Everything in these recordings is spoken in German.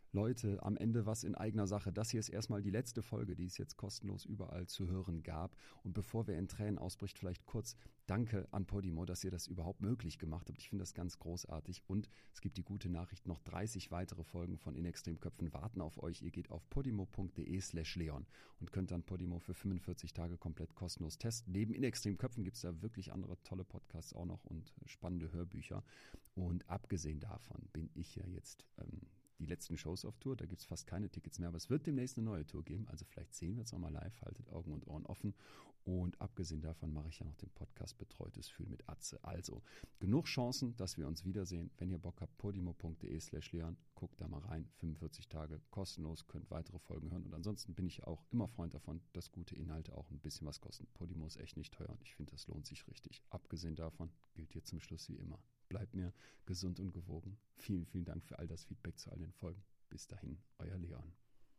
Leute, am Ende was in eigener Sache. Das hier ist erstmal die letzte Folge, die es jetzt kostenlos überall zu hören gab. Und bevor wir in Tränen ausbricht, vielleicht kurz Danke an Podimo, dass ihr das überhaupt möglich gemacht habt. Ich finde das ganz großartig. Und es gibt die gute Nachricht, noch 30 weitere Folgen von In Extrem Köpfen warten auf euch. Ihr geht auf podimo.de/Leon und könnt dann Podimo für 45 Tage komplett kostenlos testen. Neben In Extrem Köpfen gibt es da wirklich andere tolle Podcasts auch noch und spannende Hörbücher. Und abgesehen davon bin ich ja jetzt die letzten Shows auf Tour, da gibt es fast keine Tickets mehr, aber es wird demnächst eine neue Tour geben, also vielleicht sehen wir uns nochmal live, haltet Augen und Ohren offen und abgesehen davon mache ich ja noch den Podcast Betreutes Fühlen mit Atze, also genug Chancen, dass wir uns wiedersehen, wenn ihr Bock habt, podimo.de/Leon, guckt da mal rein, 45 Tage kostenlos, könnt weitere Folgen hören und ansonsten bin ich auch immer Freund davon, dass gute Inhalte auch ein bisschen was kosten. Podimo ist echt nicht teuer und ich finde, das lohnt sich richtig. Abgesehen davon gilt hier zum Schluss wie immer. Bleibt mir gesund und gewogen. Vielen, vielen Dank für all das Feedback zu all den Folgen. Bis dahin, euer Leon.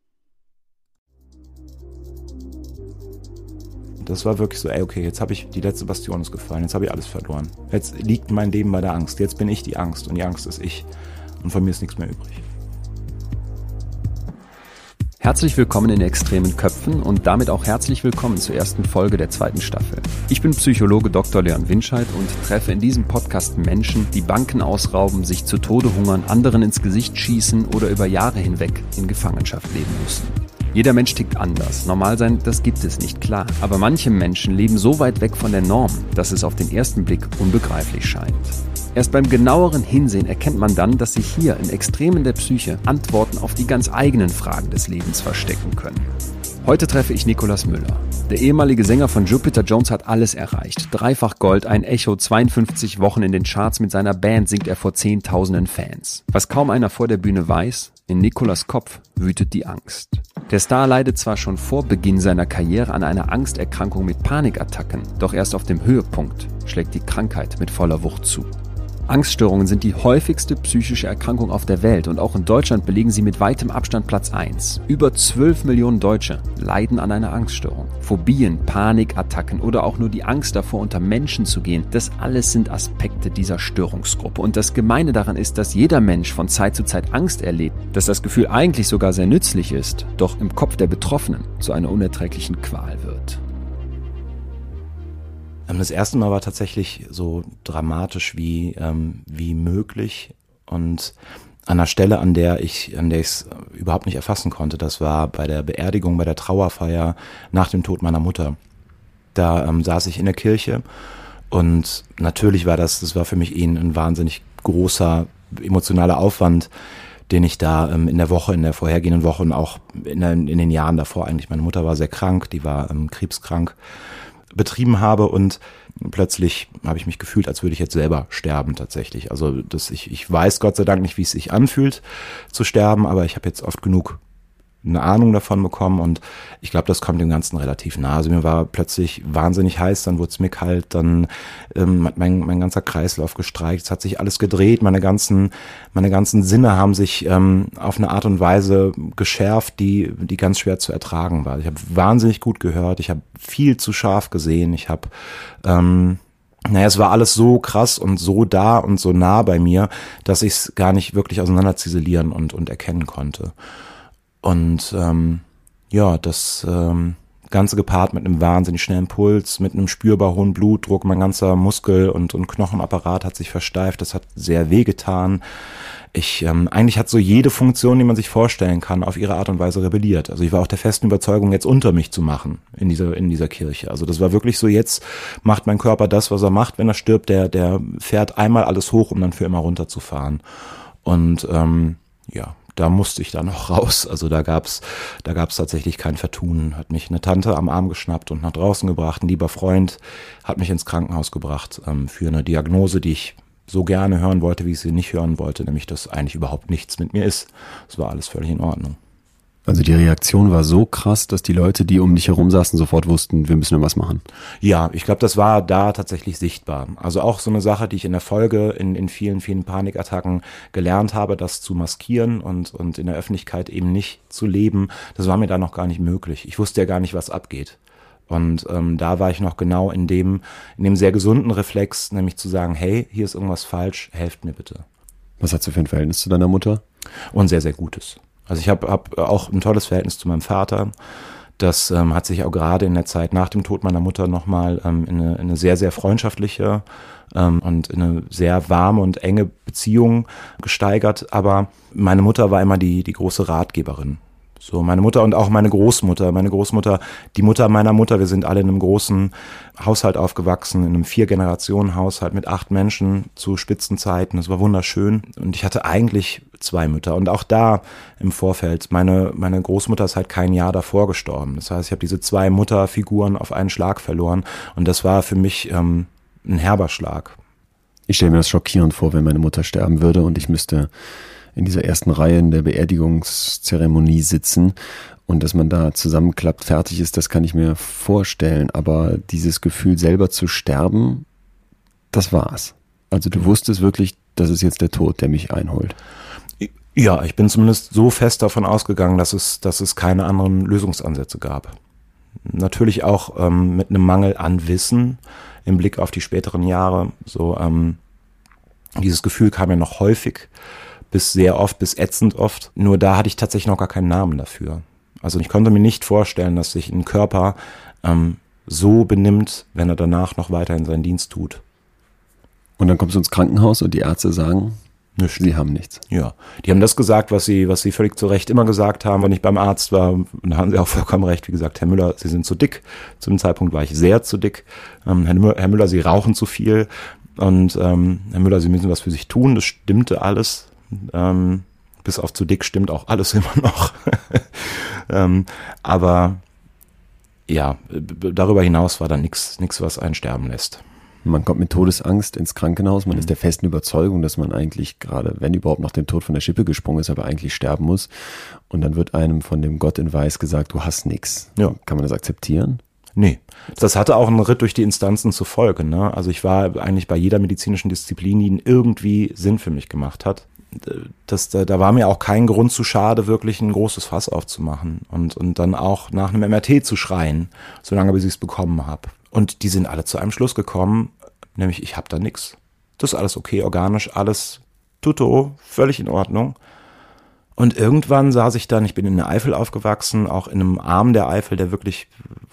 Das war wirklich so, okay, jetzt habe ich, die letzte Bastion ist gefallen, jetzt habe ich alles verloren. Jetzt liegt mein Leben bei der Angst, jetzt bin ich die Angst und die Angst ist ich. Und von mir ist nichts mehr übrig. Herzlich willkommen in Extremen Köpfen und damit auch herzlich willkommen zur ersten Folge der 2. Staffel. Ich bin Psychologe Dr. Leon Winscheid und treffe in diesem Podcast Menschen, die Banken ausrauben, sich zu Tode hungern, anderen ins Gesicht schießen oder über Jahre hinweg in Gefangenschaft leben müssen. Jeder Mensch tickt anders. Normal sein, das gibt es nicht, klar. Aber manche Menschen leben so weit weg von der Norm, dass es auf den ersten Blick unbegreiflich scheint. Erst beim genaueren Hinsehen erkennt man dann, dass sich hier in Extremen der Psyche Antworten auf die ganz eigenen Fragen des Lebens verstecken können. Heute treffe ich Nicolas Müller. Der ehemalige Sänger von Jupiter Jones hat alles erreicht. 3-fach Gold, ein Echo, 52 Wochen in den Charts. Mit seiner Band singt er vor Zehntausenden Fans. Was kaum einer vor der Bühne weiß, in Nicolas' Kopf wütet die Angst. Der Star leidet zwar schon vor Beginn seiner Karriere an einer Angsterkrankung mit Panikattacken, doch erst auf dem Höhepunkt schlägt die Krankheit mit voller Wucht zu. Angststörungen sind die häufigste psychische Erkrankung auf der Welt und auch in Deutschland belegen sie mit weitem Abstand Platz 1. Über 12 Millionen Deutsche leiden an einer Angststörung. Phobien, Panikattacken oder auch nur die Angst davor, unter Menschen zu gehen, das alles sind Aspekte dieser Störungsgruppe. Und das Gemeine daran ist, dass jeder Mensch von Zeit zu Zeit Angst erlebt, dass das Gefühl eigentlich sogar sehr nützlich ist, doch im Kopf der Betroffenen zu einer unerträglichen Qual wird. Das erste Mal war tatsächlich so dramatisch wie möglich und an einer Stelle, an der ich es überhaupt nicht erfassen konnte. Das war bei der Beerdigung, bei der Trauerfeier nach dem Tod meiner Mutter. Da saß ich in der Kirche und natürlich war das war für mich ein wahnsinnig großer emotionaler Aufwand, den ich da in der vorhergehenden Woche und auch in den Jahren davor eigentlich, meine Mutter war sehr krank, die war krebskrank, betrieben habe und plötzlich habe ich mich gefühlt, als würde ich jetzt selber sterben tatsächlich. Also ich weiß Gott sei Dank nicht, wie es sich anfühlt zu sterben, aber ich habe jetzt oft genug eine Ahnung davon bekommen und ich glaube, das kommt dem Ganzen relativ nah. Also mir war plötzlich wahnsinnig heiß, dann wurde es mir kalt, dann hat mein ganzer Kreislauf gestreikt, es hat sich alles gedreht, meine ganzen Sinne haben sich auf eine Art und Weise geschärft, die ganz schwer zu ertragen war. Ich habe wahnsinnig gut gehört, ich habe viel zu scharf gesehen, ich habe es war alles so krass und so da und so nah bei mir, dass ich es gar nicht wirklich auseinanderziselieren und erkennen konnte. Und das Ganze gepaart mit einem wahnsinnig schnellen Puls, mit einem spürbar hohen Blutdruck, mein ganzer Muskel- und Knochenapparat hat sich versteift, das hat sehr wehgetan. Eigentlich hat so jede Funktion, die man sich vorstellen kann, auf ihre Art und Weise rebelliert. Also ich war auch der festen Überzeugung, jetzt unter mich zu machen in dieser Kirche. Also das war wirklich so, jetzt macht mein Körper das, was er macht, wenn er stirbt, der fährt einmal alles hoch, um dann für immer runterzufahren. Und da musste ich dann noch raus. Also da gab's tatsächlich kein Vertun. Hat mich eine Tante am Arm geschnappt und nach draußen gebracht. Ein lieber Freund hat mich ins Krankenhaus gebracht für eine Diagnose, die ich so gerne hören wollte, wie ich sie nicht hören wollte, nämlich dass eigentlich überhaupt nichts mit mir ist. Es war alles völlig in Ordnung. Also die Reaktion war so krass, dass die Leute, die um dich herum saßen, sofort wussten, wir müssen da was machen. Ja, ich glaube, das war da tatsächlich sichtbar. Also auch so eine Sache, die ich in der Folge in vielen, vielen Panikattacken gelernt habe, das zu maskieren und in der Öffentlichkeit eben nicht zu leben. Das war mir da noch gar nicht möglich. Ich wusste ja gar nicht, was abgeht. Und da war ich noch genau in dem sehr gesunden Reflex, nämlich zu sagen, hey, hier ist irgendwas falsch, helft mir bitte. Was hast du für ein Verhältnis zu deiner Mutter? Und sehr, sehr gutes. Also ich hab auch ein tolles Verhältnis zu meinem Vater. Das hat sich auch gerade in der Zeit nach dem Tod meiner Mutter nochmal in eine sehr, sehr freundschaftliche und in eine sehr warme und enge Beziehung gesteigert. Aber meine Mutter war immer die große Ratgeberin. So, meine Mutter und auch meine Großmutter, die Mutter meiner Mutter, wir sind alle in einem großen Haushalt aufgewachsen, in einem 4-Generationen-Haushalt mit 8 Menschen zu Spitzenzeiten. Das war wunderschön. Und ich hatte eigentlich 2 Mütter. Und auch da im Vorfeld, meine Großmutter ist halt kein Jahr davor gestorben. Das heißt, ich habe diese 2 Mutterfiguren auf einen Schlag verloren. Und das war für mich ein herber Schlag. Ich stelle mir das schockierend vor, wenn meine Mutter sterben würde und ich müsste in dieser ersten Reihe in der Beerdigungszeremonie sitzen und dass man da zusammenklappt, fertig ist, das kann ich mir vorstellen. Aber dieses Gefühl, selber zu sterben, das war's. Also du wusstest wirklich, das ist jetzt der Tod, der mich einholt. Ja, ich bin zumindest so fest davon ausgegangen, dass es keine anderen Lösungsansätze gab. Natürlich auch mit einem Mangel an Wissen im Blick auf die späteren Jahre. So dieses Gefühl kam ja noch häufig, bis sehr oft, bis ätzend oft. Nur da hatte ich tatsächlich noch gar keinen Namen dafür. Also ich konnte mir nicht vorstellen, dass sich ein Körper so benimmt, wenn er danach noch weiterhin seinen Dienst tut. Und dann kommst du ins Krankenhaus und die Ärzte sagen, sie haben nichts. Ja, die haben das gesagt, was sie völlig zu Recht immer gesagt haben, wenn ich beim Arzt war. Und da haben sie auch vollkommen recht. Wie gesagt, Herr Müller, Sie sind zu dick. Zu dem Zeitpunkt war ich sehr zu dick. Herr Müller, Sie rauchen zu viel. Und Herr Müller, Sie müssen was für sich tun. Das stimmte alles. Bis auf zu dick stimmt auch alles immer noch. Aber ja, darüber hinaus war da nichts, was einen sterben lässt. Man kommt mit Todesangst ins Krankenhaus, man ist der festen Überzeugung, dass man eigentlich gerade, wenn überhaupt, noch dem Tod von der Schippe gesprungen ist, aber eigentlich sterben muss. Und dann wird einem von dem Gott in Weiß gesagt, du hast nichts. Ja. Kann man das akzeptieren? Nee, das hatte auch einen Ritt durch die Instanzen zur Folge. Ne? Also ich war eigentlich bei jeder medizinischen Disziplin, die irgendwie Sinn für mich gemacht hat. Da war mir auch kein Grund zu schade, wirklich ein großes Fass aufzumachen und dann auch nach einem MRT zu schreien, solange bis ich es bekommen habe. Und die sind alle zu einem Schluss gekommen, nämlich ich habe da nichts. Das ist alles okay, organisch, alles tutto, völlig in Ordnung. Und irgendwann saß ich dann, ich bin in der Eifel aufgewachsen, auch in einem Arm der Eifel, der wirklich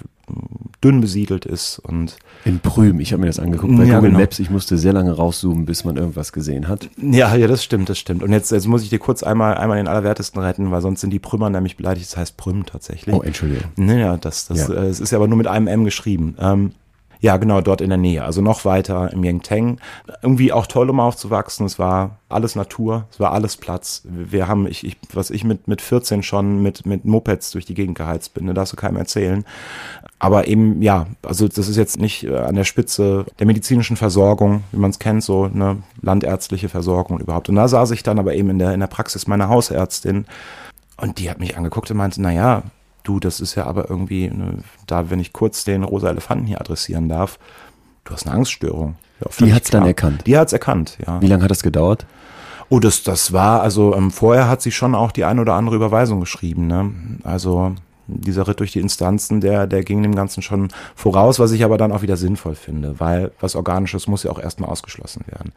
dünn besiedelt ist. Und in Prüm, ich habe mir das angeguckt bei Google Maps, ich musste sehr lange rauszoomen, bis man irgendwas gesehen hat. Ja, das stimmt. Und jetzt muss ich dir kurz einmal den Allerwertesten retten, weil sonst sind die Prümmer nämlich beleidigt, das heißt Prüm tatsächlich. Oh, Entschuldigung. Naja, es ist ja aber nur mit einem M geschrieben. Ja, genau, dort in der Nähe, also noch weiter im Yangtang. Irgendwie auch toll, um aufzuwachsen. Es war alles Natur, es war alles Platz. Wir haben, was ich mit 14 schon mit Mopeds durch die Gegend geheizt bin, darfst du keinem erzählen. Aber eben, ja, also das ist jetzt nicht an der Spitze der medizinischen Versorgung, wie man es kennt, so eine landärztliche Versorgung überhaupt. Und da saß ich dann aber eben in der Praxis meiner Hausärztin und die hat mich angeguckt und meinte, naja, du, das ist ja aber irgendwie, da, wenn ich kurz den rosa Elefanten hier adressieren darf, du hast eine Angststörung. Ja, die hat's dann erkannt? Die hat's erkannt, ja. Wie lange hat das gedauert? Oh, das war, also vorher hat sie schon auch die ein oder andere Überweisung geschrieben, ne? Also dieser Ritt durch die Instanzen, der ging dem Ganzen schon voraus, was ich aber dann auch wieder sinnvoll finde, weil was Organisches muss ja auch erstmal ausgeschlossen werden.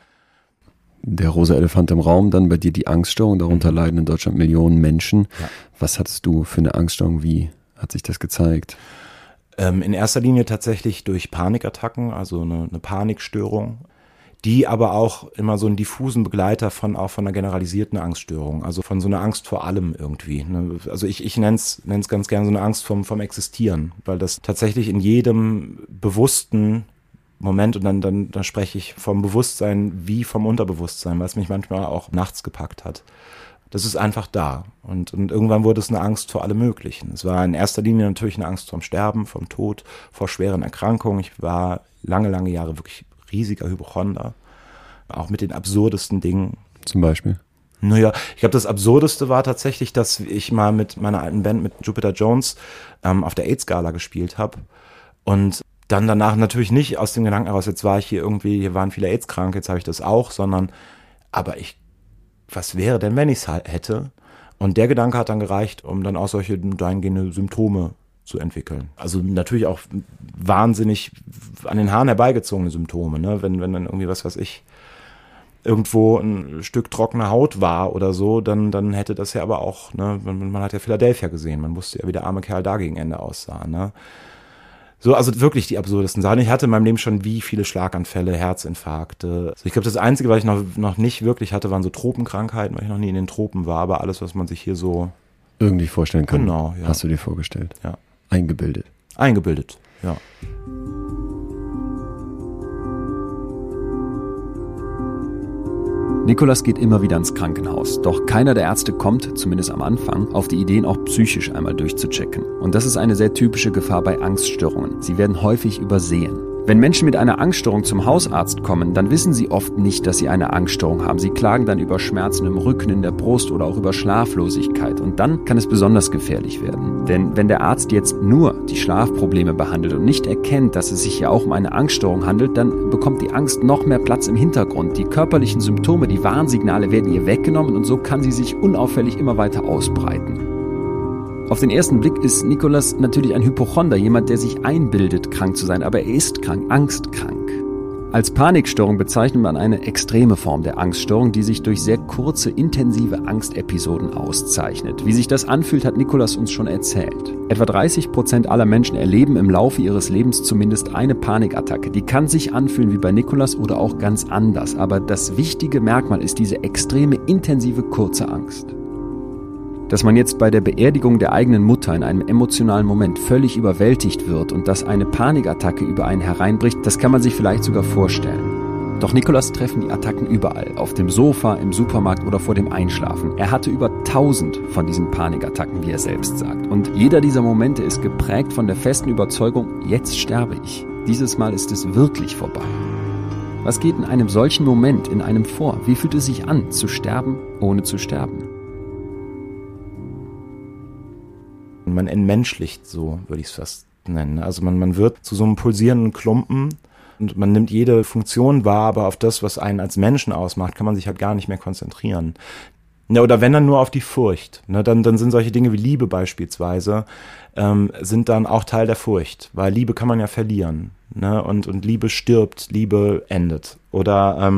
Der rosa Elefant im Raum, dann bei dir die Angststörung, darunter leiden in Deutschland Millionen Menschen. Ja. Was hattest du für eine Angststörung, wie hat sich das gezeigt? In erster Linie tatsächlich durch Panikattacken, also eine Panikstörung, die aber auch immer so einen diffusen Begleiter von einer generalisierten Angststörung, also von so einer Angst vor allem irgendwie. Ne? Also ich nenn's ganz gerne so eine Angst vom Existieren, weil das tatsächlich in jedem bewussten Moment, und dann spreche ich vom Bewusstsein wie vom Unterbewusstsein, weil es mich manchmal auch nachts gepackt hat. Das ist einfach da. Und irgendwann wurde es eine Angst vor allem Möglichen. Es war in erster Linie natürlich eine Angst vorm Sterben, vom Tod, vor schweren Erkrankungen. Ich war lange, lange Jahre wirklich riesiger Hypochonder. Auch mit den absurdesten Dingen. Zum Beispiel? Naja, ich glaube, das Absurdeste war tatsächlich, dass ich mal mit meiner alten Band, mit Jupiter Jones, auf der AIDS-Gala gespielt habe. Und dann danach natürlich nicht aus dem Gedanken heraus, jetzt war ich hier waren viele AIDS-krank, jetzt habe ich das auch, sondern, was wäre denn, wenn ich es hätte? Und der Gedanke hat dann gereicht, um dann auch solche dahingehende Symptome zu entwickeln. Also natürlich auch wahnsinnig an den Haaren herbeigezogene Symptome, ne? Wenn dann irgendwie, was weiß ich, irgendwo ein Stück trockene Haut war oder so, dann hätte das ja aber auch, ne, man hat ja Philadelphia gesehen, man wusste ja, wie der arme Kerl da gegen Ende aussah, ne. So, also wirklich die absurdesten Sachen. Ich hatte in meinem Leben schon wie viele Schlaganfälle, Herzinfarkte. Also ich glaube, das Einzige, was ich noch nicht wirklich hatte, waren so Tropenkrankheiten, weil ich noch nie in den Tropen war, aber alles, was man sich hier so irgendwie vorstellen kann. Genau, ja. Hast du dir vorgestellt? Ja. Eingebildet, ja. Nicolas geht immer wieder ins Krankenhaus, doch keiner der Ärzte kommt, zumindest am Anfang, auf die Idee, ihn auch psychisch einmal durchzuchecken. Und das ist eine sehr typische Gefahr bei Angststörungen. Sie werden häufig übersehen. Wenn Menschen mit einer Angststörung zum Hausarzt kommen, dann wissen sie oft nicht, dass sie eine Angststörung haben. Sie klagen dann über Schmerzen im Rücken, in der Brust oder auch über Schlaflosigkeit. Und dann kann es besonders gefährlich werden. Denn wenn der Arzt jetzt nur die Schlafprobleme behandelt und nicht erkennt, dass es sich ja auch um eine Angststörung handelt, dann bekommt die Angst noch mehr Platz im Hintergrund. Die körperlichen Symptome, die Warnsignale werden ihr weggenommen und so kann sie sich unauffällig immer weiter ausbreiten. Auf den ersten Blick ist Nicolas natürlich ein Hypochonder, jemand, der sich einbildet, krank zu sein, aber er ist krank, angstkrank. Als Panikstörung bezeichnet man eine extreme Form der Angststörung, die sich durch sehr kurze, intensive Angstepisoden auszeichnet. Wie sich das anfühlt, hat Nicolas uns schon erzählt. Etwa 30% aller Menschen erleben im Laufe ihres Lebens zumindest eine Panikattacke. Die kann sich anfühlen wie bei Nicolas oder auch ganz anders, aber das wichtige Merkmal ist diese extreme, intensive, kurze Angst. Dass man jetzt bei der Beerdigung der eigenen Mutter in einem emotionalen Moment völlig überwältigt wird und dass eine Panikattacke über einen hereinbricht, das kann man sich vielleicht sogar vorstellen. Doch Nicolas treffen die Attacken überall, auf dem Sofa, im Supermarkt oder vor dem Einschlafen. Er hatte über 1000 von diesen Panikattacken, wie er selbst sagt. Und jeder dieser Momente ist geprägt von der festen Überzeugung, jetzt sterbe ich. Dieses Mal ist es wirklich vorbei. Was geht in einem solchen Moment in einem vor? Wie fühlt es sich an, zu sterben, ohne zu sterben? Man entmenschlicht, so würde ich es fast nennen. Also man wird zu so einem pulsierenden Klumpen und man nimmt jede Funktion wahr, aber auf das, was einen als Menschen ausmacht, kann man sich halt gar nicht mehr konzentrieren. Ja, oder wenn dann nur auf die Furcht. Ne, dann sind solche Dinge wie Liebe beispielsweise, sind dann auch Teil der Furcht, weil Liebe kann man ja verlieren. Ne, und Liebe stirbt, Liebe endet. Oder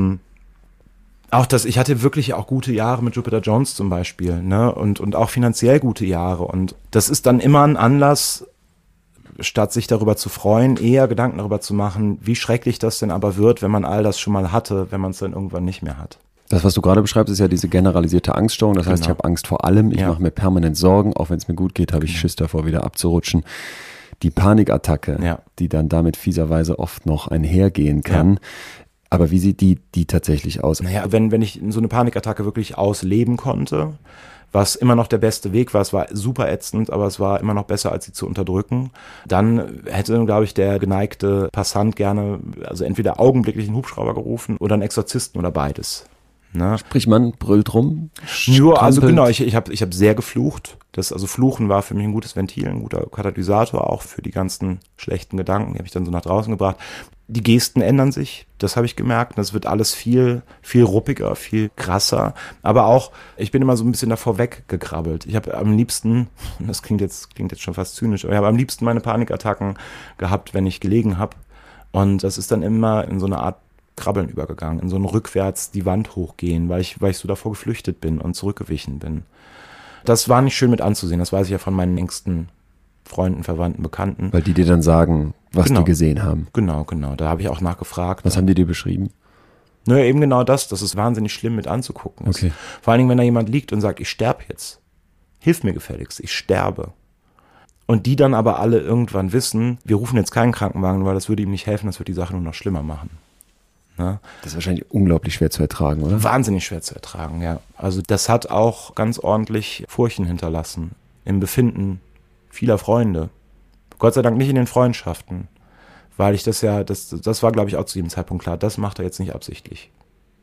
auch ich hatte wirklich auch gute Jahre mit Jupiter Jones zum Beispiel, ne, und auch finanziell gute Jahre. Und das ist dann immer ein Anlass, statt sich darüber zu freuen, eher Gedanken darüber zu machen, wie schrecklich das denn aber wird, wenn man all das schon mal hatte, wenn man es dann irgendwann nicht mehr hat. Das, was du gerade beschreibst, ist ja diese generalisierte Angststörung. Das heißt, ich habe Angst vor allem, ich mache mir permanent Sorgen, auch wenn es mir gut geht, habe ich Schiss davor, wieder abzurutschen. Die Panikattacke, die dann damit fieserweise oft noch einhergehen kann. Ja. Aber wie sieht die tatsächlich aus? Naja, wenn ich so eine Panikattacke wirklich ausleben konnte, was immer noch der beste Weg war, es war super ätzend, aber es war immer noch besser, als sie zu unterdrücken, dann hätte, glaube ich, der geneigte Passant gerne, also entweder augenblicklich einen Hubschrauber gerufen oder einen Exorzisten oder beides. Ne? Sprich, man brüllt rum? Ja, also genau, ich hab sehr geflucht. Also Fluchen war für mich ein gutes Ventil, ein guter Katalysator, auch für die ganzen schlechten Gedanken, die habe ich dann so nach draußen gebracht. Die Gesten ändern sich, das habe ich gemerkt. Das wird alles viel, viel ruppiger, viel krasser. Aber auch, ich bin immer so ein bisschen davor weggekrabbelt. Ich habe am liebsten, das klingt jetzt schon fast zynisch, aber ich habe am liebsten meine Panikattacken gehabt, wenn ich gelegen habe. Und das ist dann immer in so eine Art Krabbeln übergegangen, in so ein rückwärts die Wand hochgehen, weil ich so davor geflüchtet bin und zurückgewichen bin. Das war nicht schön mit anzusehen, das weiß ich ja von meinen engsten Freunden, Verwandten, Bekannten. Weil die dir dann sagen, was die gesehen haben. Genau, da habe ich auch nachgefragt. Was haben die dir beschrieben? Naja, eben genau das es wahnsinnig schlimm mit anzugucken ist. Okay. Vor allen Dingen, wenn da jemand liegt und sagt, ich sterbe jetzt, hilf mir gefälligst, ich sterbe. Und die dann aber alle irgendwann wissen, wir rufen jetzt keinen Krankenwagen, weil das würde ihm nicht helfen, das wird die Sache nur noch schlimmer machen. Ne? Das ist wahrscheinlich unglaublich schwer zu ertragen, oder? Wahnsinnig schwer zu ertragen, ja. Also das hat auch ganz ordentlich Furchen hinterlassen im Befinden vieler Freunde. Gott sei Dank nicht in den Freundschaften, weil ich das war, glaube ich, auch zu jedem Zeitpunkt klar, das macht er jetzt nicht absichtlich.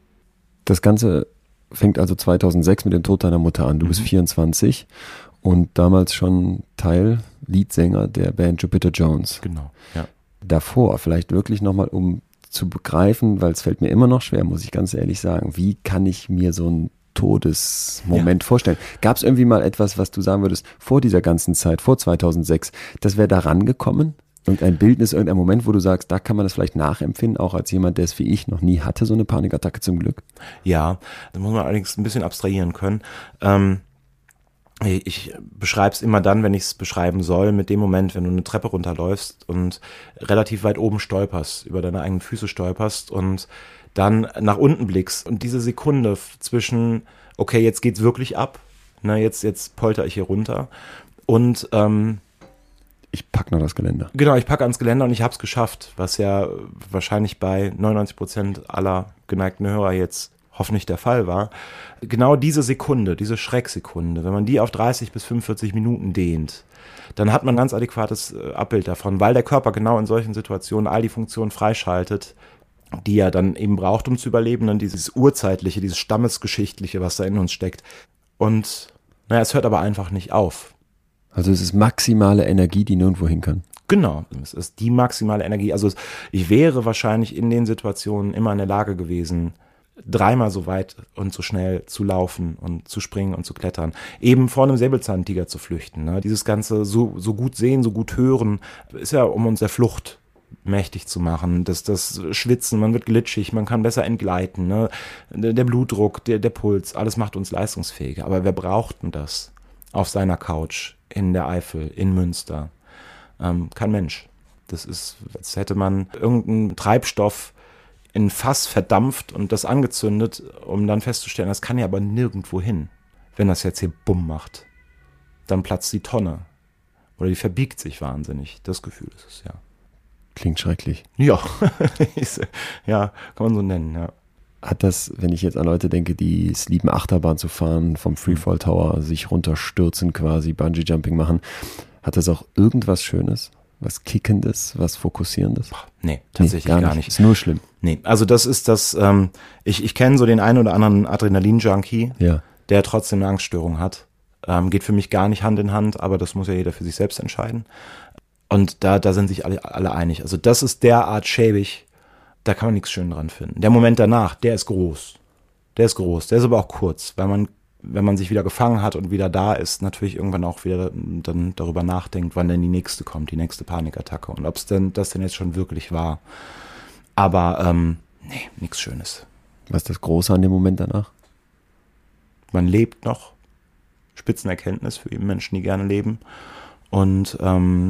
Das Ganze fängt also 2006 mit dem Tod deiner Mutter an. Du bist 24 und damals schon Leadsänger der Band Jupiter Jones. Genau, ja. Davor vielleicht wirklich nochmal, um zu begreifen, weil es fällt mir immer noch schwer, muss ich ganz ehrlich sagen, wie kann ich mir so einen Todesmoment vorstellen? Gab es irgendwie mal etwas, was du sagen würdest, vor dieser ganzen Zeit, vor 2006, das wäre da rangekommen? Irgendein Bildnis, irgendein Moment, wo du sagst, da kann man das vielleicht nachempfinden, auch als jemand, der es wie ich noch nie hatte, so eine Panikattacke zum Glück? Ja, da muss man allerdings ein bisschen abstrahieren können. Ich beschreibe es immer dann, wenn ich es beschreiben soll, mit dem Moment, wenn du eine Treppe runterläufst und relativ weit oben stolperst, über deine eigenen Füße stolperst und dann nach unten blickst und diese Sekunde zwischen, okay, jetzt geht's wirklich ab, ne, jetzt polter ich hier runter und ich pack noch das Geländer. Genau, ich packe ans Geländer und ich habe es geschafft, was ja wahrscheinlich bei 99% aller geneigten Hörer jetzt hoffentlich der Fall war. Genau diese Sekunde, diese Schrecksekunde, wenn man die auf 30 bis 45 Minuten dehnt, dann hat man ein ganz adäquates Abbild davon, weil der Körper genau in solchen Situationen all die Funktionen freischaltet, die er dann eben braucht, um zu überleben, dann dieses Urzeitliche, dieses Stammesgeschichtliche, was da in uns steckt. Und naja, es hört aber einfach nicht auf. Also es ist maximale Energie, die nirgendwo hin kann. Genau, es ist die maximale Energie. Also ich wäre wahrscheinlich in den Situationen immer in der Lage gewesen, 3-mal so weit und so schnell zu laufen und zu springen und zu klettern. Eben vor einem Säbelzahntiger zu flüchten. Ne? Dieses ganze so gut sehen, so gut hören, ist ja um uns der Flucht mächtig zu machen. Das Schwitzen, man wird glitschig, man kann besser entgleiten. Ne? Der Blutdruck, der Puls, alles macht uns leistungsfähiger. Aber wer braucht denn das auf seiner Couch in der Eifel, in Münster? Kein Mensch. Das ist, als hätte man irgendeinen Treibstoff in ein Fass verdampft und das angezündet, um dann festzustellen, das kann ja aber nirgendwo hin. Wenn das jetzt hier Bumm macht, dann platzt die Tonne. Oder die verbiegt sich wahnsinnig. Das Gefühl ist es, ja. Klingt schrecklich. Ja, ja, kann man so nennen, ja. Hat das, wenn ich jetzt an Leute denke, die es lieben, Achterbahn zu fahren, vom Freefall Tower sich runterstürzen quasi, Bungee-Jumping machen, hat das auch irgendwas Schönes? Was Kickendes, was Fokussierendes? Nee, tatsächlich gar nicht. Ist nur schlimm. Nee, also das ist das, ich kenne so den einen oder anderen Adrenalin-Junkie, ja, der trotzdem eine Angststörung hat. Geht für mich gar nicht Hand in Hand, aber das muss ja jeder für sich selbst entscheiden. Und da sind sich alle einig. Also das ist derart schäbig, da kann man nichts schön dran finden. Der Moment danach, der ist groß. Der ist aber auch kurz, weil man, wenn man sich wieder gefangen hat und wieder da ist, natürlich irgendwann auch wieder dann darüber nachdenkt, wann denn die nächste kommt, die nächste Panikattacke und ob es denn das denn jetzt schon wirklich war. Aber nee, nichts Schönes. Was ist das Große an dem Moment danach? Man lebt noch. Spitzenerkenntnis für eben Menschen, die gerne leben. Und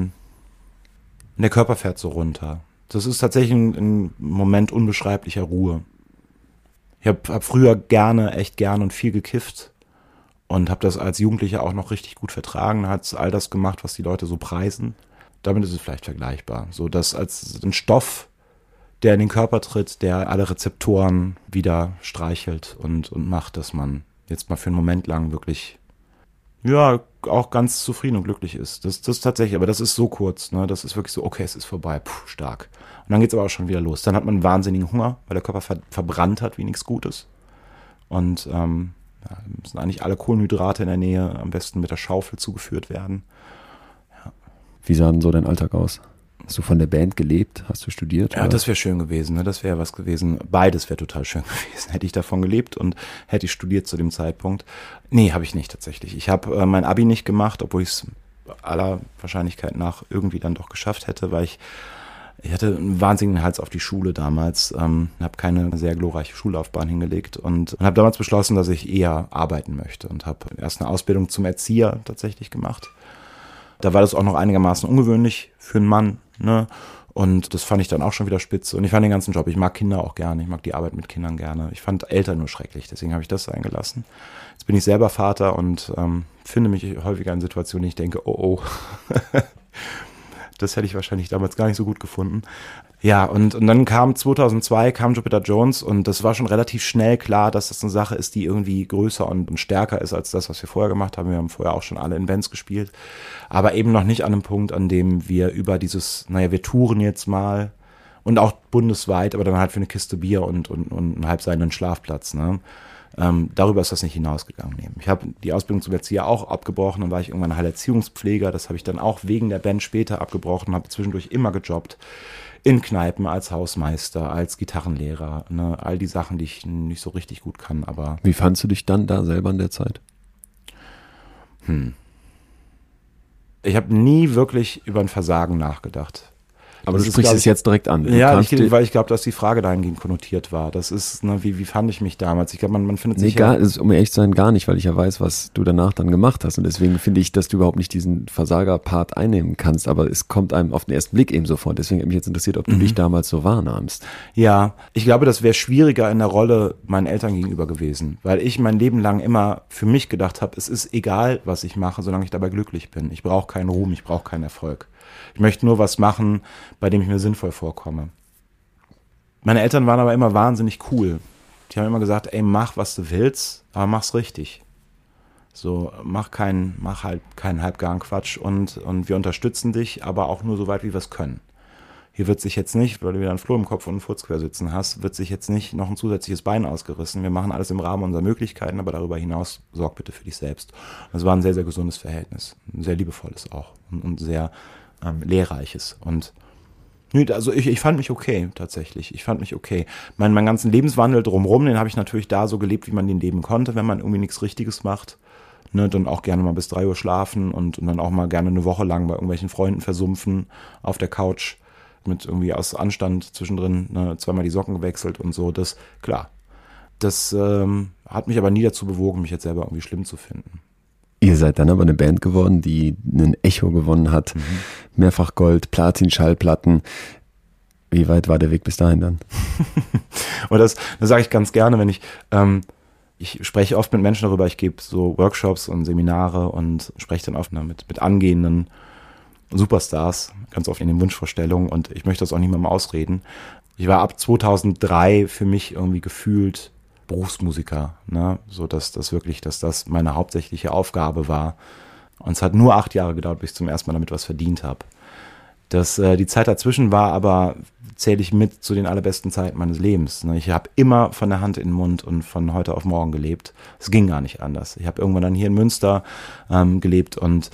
der Körper fährt so runter. Das ist tatsächlich ein Moment unbeschreiblicher Ruhe. Ich hab früher echt gerne und viel gekifft und habe das als Jugendlicher auch noch richtig gut vertragen, hat all das gemacht, was die Leute so preisen. Damit ist es vielleicht vergleichbar. So dass als ein Stoff, der in den Körper tritt, der alle Rezeptoren wieder streichelt und macht, dass man jetzt mal für einen Moment lang wirklich, ja, auch ganz zufrieden und glücklich ist. Das tatsächlich, aber das ist so kurz, ne? Das ist wirklich so, okay, es ist vorbei, stark. Und dann geht's aber auch schon wieder los. Dann hat man einen wahnsinnigen Hunger, weil der Körper verbrannt hat wie nichts Gutes. Und müssen eigentlich alle Kohlenhydrate in der Nähe am besten mit der Schaufel zugeführt werden. Ja. Wie sah denn so dein Alltag aus? Hast du von der Band gelebt? Hast du studiert? Ja, oder? Das wäre schön gewesen. Ne? Das wäre was gewesen. Beides wäre total schön gewesen. Hätte ich davon gelebt und hätte ich studiert zu dem Zeitpunkt. Nee, habe ich nicht tatsächlich. Ich habe mein Abi nicht gemacht, obwohl ich es aller Wahrscheinlichkeit nach irgendwie dann doch geschafft hätte, weil ich hatte einen wahnsinnigen Hals auf die Schule damals, habe keine sehr glorreiche Schullaufbahn hingelegt und habe damals beschlossen, dass ich eher arbeiten möchte und habe erst eine Ausbildung zum Erzieher tatsächlich gemacht. Da war das auch noch einigermaßen ungewöhnlich für einen Mann, ne? Und das fand ich dann auch schon wieder spitze. Und ich fand den ganzen Job, ich mag Kinder auch gerne, ich mag die Arbeit mit Kindern gerne. Ich fand Eltern nur schrecklich, deswegen habe ich das sein gelassen. Jetzt bin ich selber Vater und finde mich häufiger in Situationen, in denen ich denke, oh. Das hätte ich wahrscheinlich damals gar nicht so gut gefunden. Ja, und dann 2002 kam Jupiter Jones und das war schon relativ schnell klar, dass das eine Sache ist, die irgendwie größer und stärker ist als das, was wir vorher gemacht haben. Wir haben vorher auch schon alle in Bands gespielt, aber eben noch nicht an einem Punkt, an dem wir über dieses, wir touren jetzt mal und auch bundesweit, aber dann halt für eine Kiste Bier und einen halbseidenen Schlafplatz, ne? Darüber ist das nicht hinausgegangen. Ich habe die Ausbildung zum Erzieher auch abgebrochen, dann war ich irgendwann Heilerziehungspfleger, das habe ich dann auch wegen der Band später abgebrochen, habe zwischendurch immer gejobbt, in Kneipen, als Hausmeister, als Gitarrenlehrer, ne? All die Sachen, die ich nicht so richtig gut kann, aber... Wie fandst du dich dann da selber in der Zeit? Ich habe nie wirklich über ein Versagen nachgedacht. Aber du sprichst es jetzt direkt an. Ja, weil ich glaube, dass die Frage dahingehend konnotiert war. Das ist, ne, wie fand ich mich damals? Ich glaube, man findet sich um ehrlich zu sein, gar nicht, weil ich ja weiß, was du danach dann gemacht hast. Und deswegen finde ich, dass du überhaupt nicht diesen Versager-Part einnehmen kannst. Aber es kommt einem auf den ersten Blick eben so vor. Deswegen hat mich jetzt interessiert, ob du dich damals so wahrnahmst. Ja, ich glaube, das wäre schwieriger in der Rolle meinen Eltern gegenüber gewesen. Weil ich mein Leben lang immer für mich gedacht habe, es ist egal, was ich mache, solange ich dabei glücklich bin. Ich brauche keinen Ruhm, ich brauche keinen Erfolg. Ich möchte nur was machen, bei dem ich mir sinnvoll vorkomme. Meine Eltern waren aber immer wahnsinnig cool. Die haben immer gesagt, ey, mach, was du willst, aber mach's richtig. So, mach halt keinen halbgaren Quatsch und wir unterstützen dich, aber auch nur so weit, wie wir es können. Hier wird sich jetzt nicht, weil du wieder einen Floh im Kopf und einen Furzquer sitzen hast, wird sich jetzt nicht noch ein zusätzliches Bein ausgerissen. Wir machen alles im Rahmen unserer Möglichkeiten, aber darüber hinaus sorg bitte für dich selbst. Das war ein sehr, sehr gesundes Verhältnis. Ein sehr liebevolles auch und sehr lehrreiches. Und also ich fand mich okay, tatsächlich. Ich fand mich okay. Meinen ganzen Lebenswandel drumherum, den habe ich natürlich da so gelebt, wie man den leben konnte, wenn man irgendwie nichts Richtiges macht. Ne, dann auch gerne mal bis 3 Uhr schlafen und dann auch mal gerne eine Woche lang bei irgendwelchen Freunden versumpfen auf der Couch mit irgendwie aus Anstand zwischendrin, ne, 2-mal die Socken gewechselt und so. Das, klar. Das hat mich aber nie dazu bewogen, mich jetzt selber irgendwie schlimm zu finden. Ihr seid dann aber eine Band geworden, die einen Echo gewonnen hat. Mehrfach Gold, Platin, Schallplatten. Wie weit war der Weg bis dahin dann? Und das sage ich ganz gerne, wenn ich spreche oft mit Menschen darüber, ich gebe so Workshops und Seminare und spreche dann oft mit angehenden Superstars, ganz oft in den Wunschvorstellungen, und ich möchte das auch niemandem ausreden. Ich war ab 2003 für mich irgendwie gefühlt Berufsmusiker, ne? So dass das meine hauptsächliche Aufgabe war. Und es hat nur 8 Jahre gedauert, bis ich zum ersten Mal damit was verdient habe. Die Zeit dazwischen war aber, zähle ich mit zu den allerbesten Zeiten meines Lebens. Ne? Ich habe immer von der Hand in den Mund und von heute auf morgen gelebt. Es ging gar nicht anders. Ich habe irgendwann dann hier in Münster gelebt und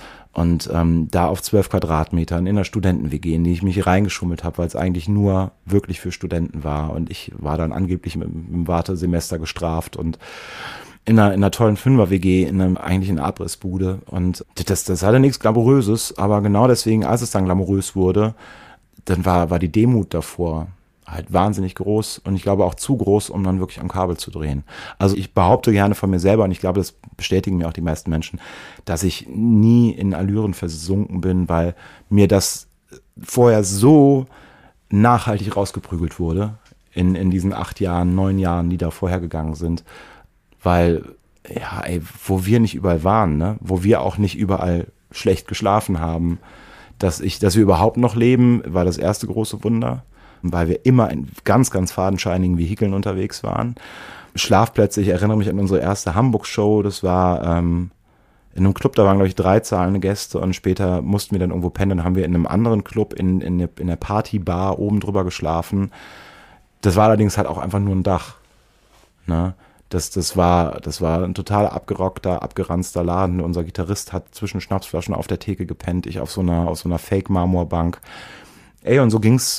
da auf 12 Quadratmetern in einer Studenten-WG, in die ich mich reingeschummelt habe, weil es eigentlich nur wirklich für Studenten war. Und ich war dann angeblich im Wartesemester gestraft und in einer tollen 5er-WG, eigentlich in einer Abrissbude. Und das hatte nichts Glamouröses, aber genau deswegen, als es dann glamourös wurde, dann war die Demut davor halt wahnsinnig groß und ich glaube auch zu groß, um dann wirklich am Kabel zu drehen. Also ich behaupte gerne von mir selber, und ich glaube, das bestätigen mir auch die meisten Menschen, dass ich nie in Allüren versunken bin, weil mir das vorher so nachhaltig rausgeprügelt wurde in diesen 8 Jahren, 9 Jahren, die da vorher gegangen sind. Weil, ja, ey, wo wir nicht überall waren, ne, wo wir auch nicht überall schlecht geschlafen haben, dass wir überhaupt noch leben, war das erste große Wunder, weil wir immer in ganz, ganz fadenscheinigen Vehikeln unterwegs waren. Schlafplätze, ich erinnere mich an unsere erste Hamburg-Show, das war in einem Club, da waren, glaube ich, 3 zahlende Gäste und später mussten wir dann irgendwo pennen, dann haben wir in einem anderen Club in der Partybar oben drüber geschlafen. Das war allerdings halt auch einfach nur ein Dach, ne? Das war ein total abgerockter, abgeranzter Laden. Unser Gitarrist hat zwischen Schnapsflaschen auf der Theke gepennt, ich auf so einer Fake-Marmorbank. Ey, und so ging's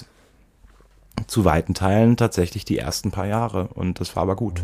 zu weiten Teilen tatsächlich die ersten paar Jahre. Und das war aber gut.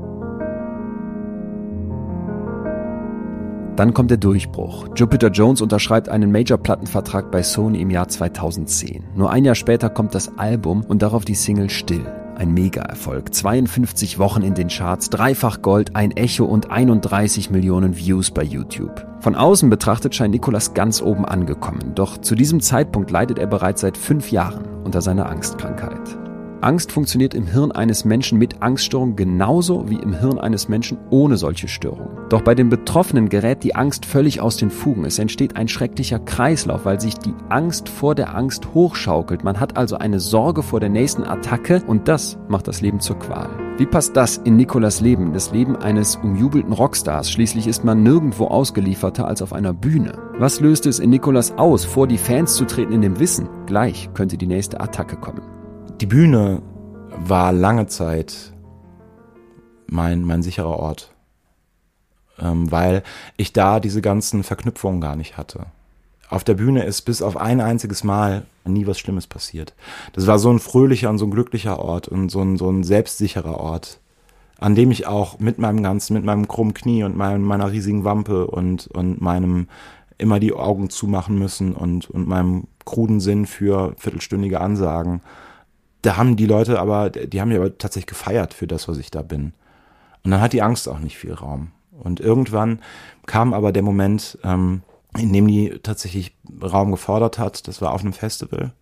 Dann kommt der Durchbruch. Jupiter Jones unterschreibt einen Major-Plattenvertrag bei Sony im Jahr 2010. Nur ein Jahr später kommt das Album und darauf die Single Still. Ein Mega-Erfolg. 52 Wochen in den Charts, 3-fach Gold, ein Echo und 31 Millionen Views bei YouTube. Von außen betrachtet scheint Nicolas ganz oben angekommen. Doch zu diesem Zeitpunkt leidet er bereits seit 5 Jahren unter seiner Angstkrankheit. Angst funktioniert im Hirn eines Menschen mit Angststörung genauso wie im Hirn eines Menschen ohne solche Störung. Doch bei den Betroffenen gerät die Angst völlig aus den Fugen. Es entsteht ein schrecklicher Kreislauf, weil sich die Angst vor der Angst hochschaukelt. Man hat also eine Sorge vor der nächsten Attacke und das macht das Leben zur Qual. Wie passt das in Nicolas Leben, das Leben eines umjubelten Rockstars? Schließlich ist man nirgendwo ausgelieferter als auf einer Bühne. Was löst es in Nicolas aus, vor die Fans zu treten in dem Wissen, gleich könnte die nächste Attacke kommen? Die Bühne war lange Zeit mein sicherer Ort, weil ich da diese ganzen Verknüpfungen gar nicht hatte. Auf der Bühne ist bis auf ein einziges Mal nie was Schlimmes passiert. Das war so ein fröhlicher und so ein glücklicher Ort und so ein selbstsicherer Ort, an dem ich auch mit meinem krummen Knie und meiner riesigen Wampe und meinem immer die Augen zumachen müssen und meinem kruden Sinn für viertelstündige Ansagen. Da haben die Leute die haben mich aber tatsächlich gefeiert für das, was ich da bin. Und dann hat die Angst auch nicht viel Raum. Und irgendwann kam aber der Moment, in dem die tatsächlich Raum gefordert hat. Das war auf einem Festival.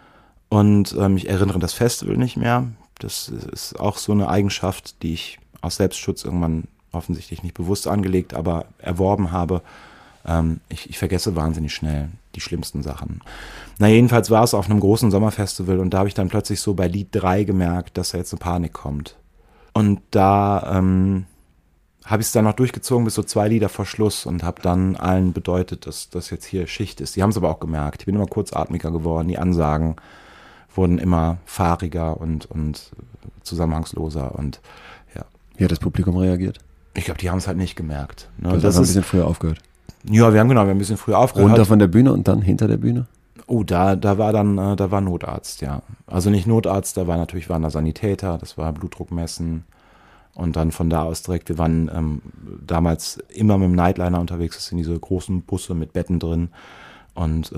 Und ich erinnere das Festival nicht mehr. Das ist auch so eine Eigenschaft, die ich aus Selbstschutz irgendwann offensichtlich nicht bewusst angelegt, aber erworben habe. Ich vergesse wahnsinnig schnell die schlimmsten Sachen. Jedenfalls war es auf einem großen Sommerfestival und da habe ich dann plötzlich so bei Lied 3 gemerkt, dass da jetzt eine Panik kommt. Und da habe ich es dann noch durchgezogen bis so 2 Lieder vor Schluss und habe dann allen bedeutet, dass das jetzt hier Schicht ist. Die haben es aber auch gemerkt. Ich bin immer kurzatmiger geworden. Die Ansagen wurden immer fahriger und zusammenhangsloser und ja. Wie hat das Publikum reagiert? Ich glaube, die haben es halt nicht gemerkt. Ne? Also das haben ein bisschen früher aufgehört. Ja, wir haben ein bisschen früher aufgehört. Runter von der Bühne und dann hinter der Bühne? Oh, da war Notarzt, ja. Also nicht Notarzt, waren da Sanitäter, das war Blutdruckmessen. Und dann von da aus direkt, wir waren damals immer mit dem Nightliner unterwegs, das sind diese großen Busse mit Betten drin. Und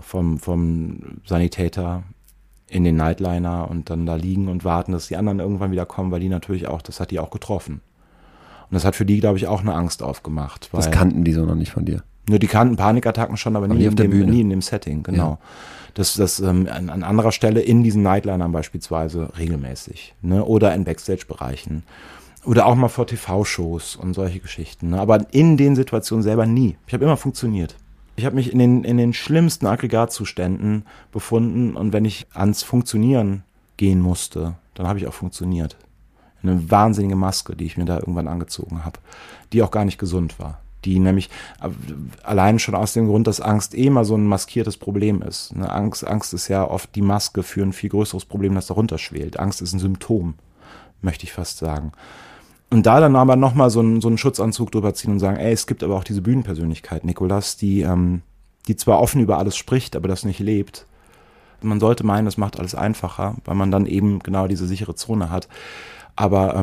vom Sanitäter in den Nightliner und dann da liegen und warten, dass die anderen irgendwann wieder kommen, weil die natürlich auch, das hat die auch getroffen. Und das hat für die, glaube ich, auch eine Angst aufgemacht. Das kannten die so noch nicht von dir? Nur die kannten Panikattacken schon, aber nie in dem Setting, genau. Ja. Das an anderer Stelle in diesen Nightlinern beispielsweise regelmäßig, ne? Oder in Backstage-Bereichen. Oder auch mal vor TV-Shows und solche Geschichten. Ne? Aber in den Situationen selber nie. Ich habe immer funktioniert. Ich habe mich in den schlimmsten Aggregatzuständen befunden und wenn ich ans Funktionieren gehen musste, dann habe ich auch funktioniert. Eine wahnsinnige Maske, die ich mir da irgendwann angezogen habe, die auch gar nicht gesund war. Die nämlich allein schon aus dem Grund, dass Angst immer so ein maskiertes Problem ist. Ne? Angst ist ja oft die Maske für ein viel größeres Problem, das darunter schwelt. Angst ist ein Symptom, möchte ich fast sagen. Und da dann aber nochmal so einen Schutzanzug drüber ziehen und sagen, es gibt aber auch diese Bühnenpersönlichkeit, Nicolas, die zwar offen über alles spricht, aber das nicht lebt. Man sollte meinen, das macht alles einfacher, weil man dann eben genau diese sichere Zone hat. Aber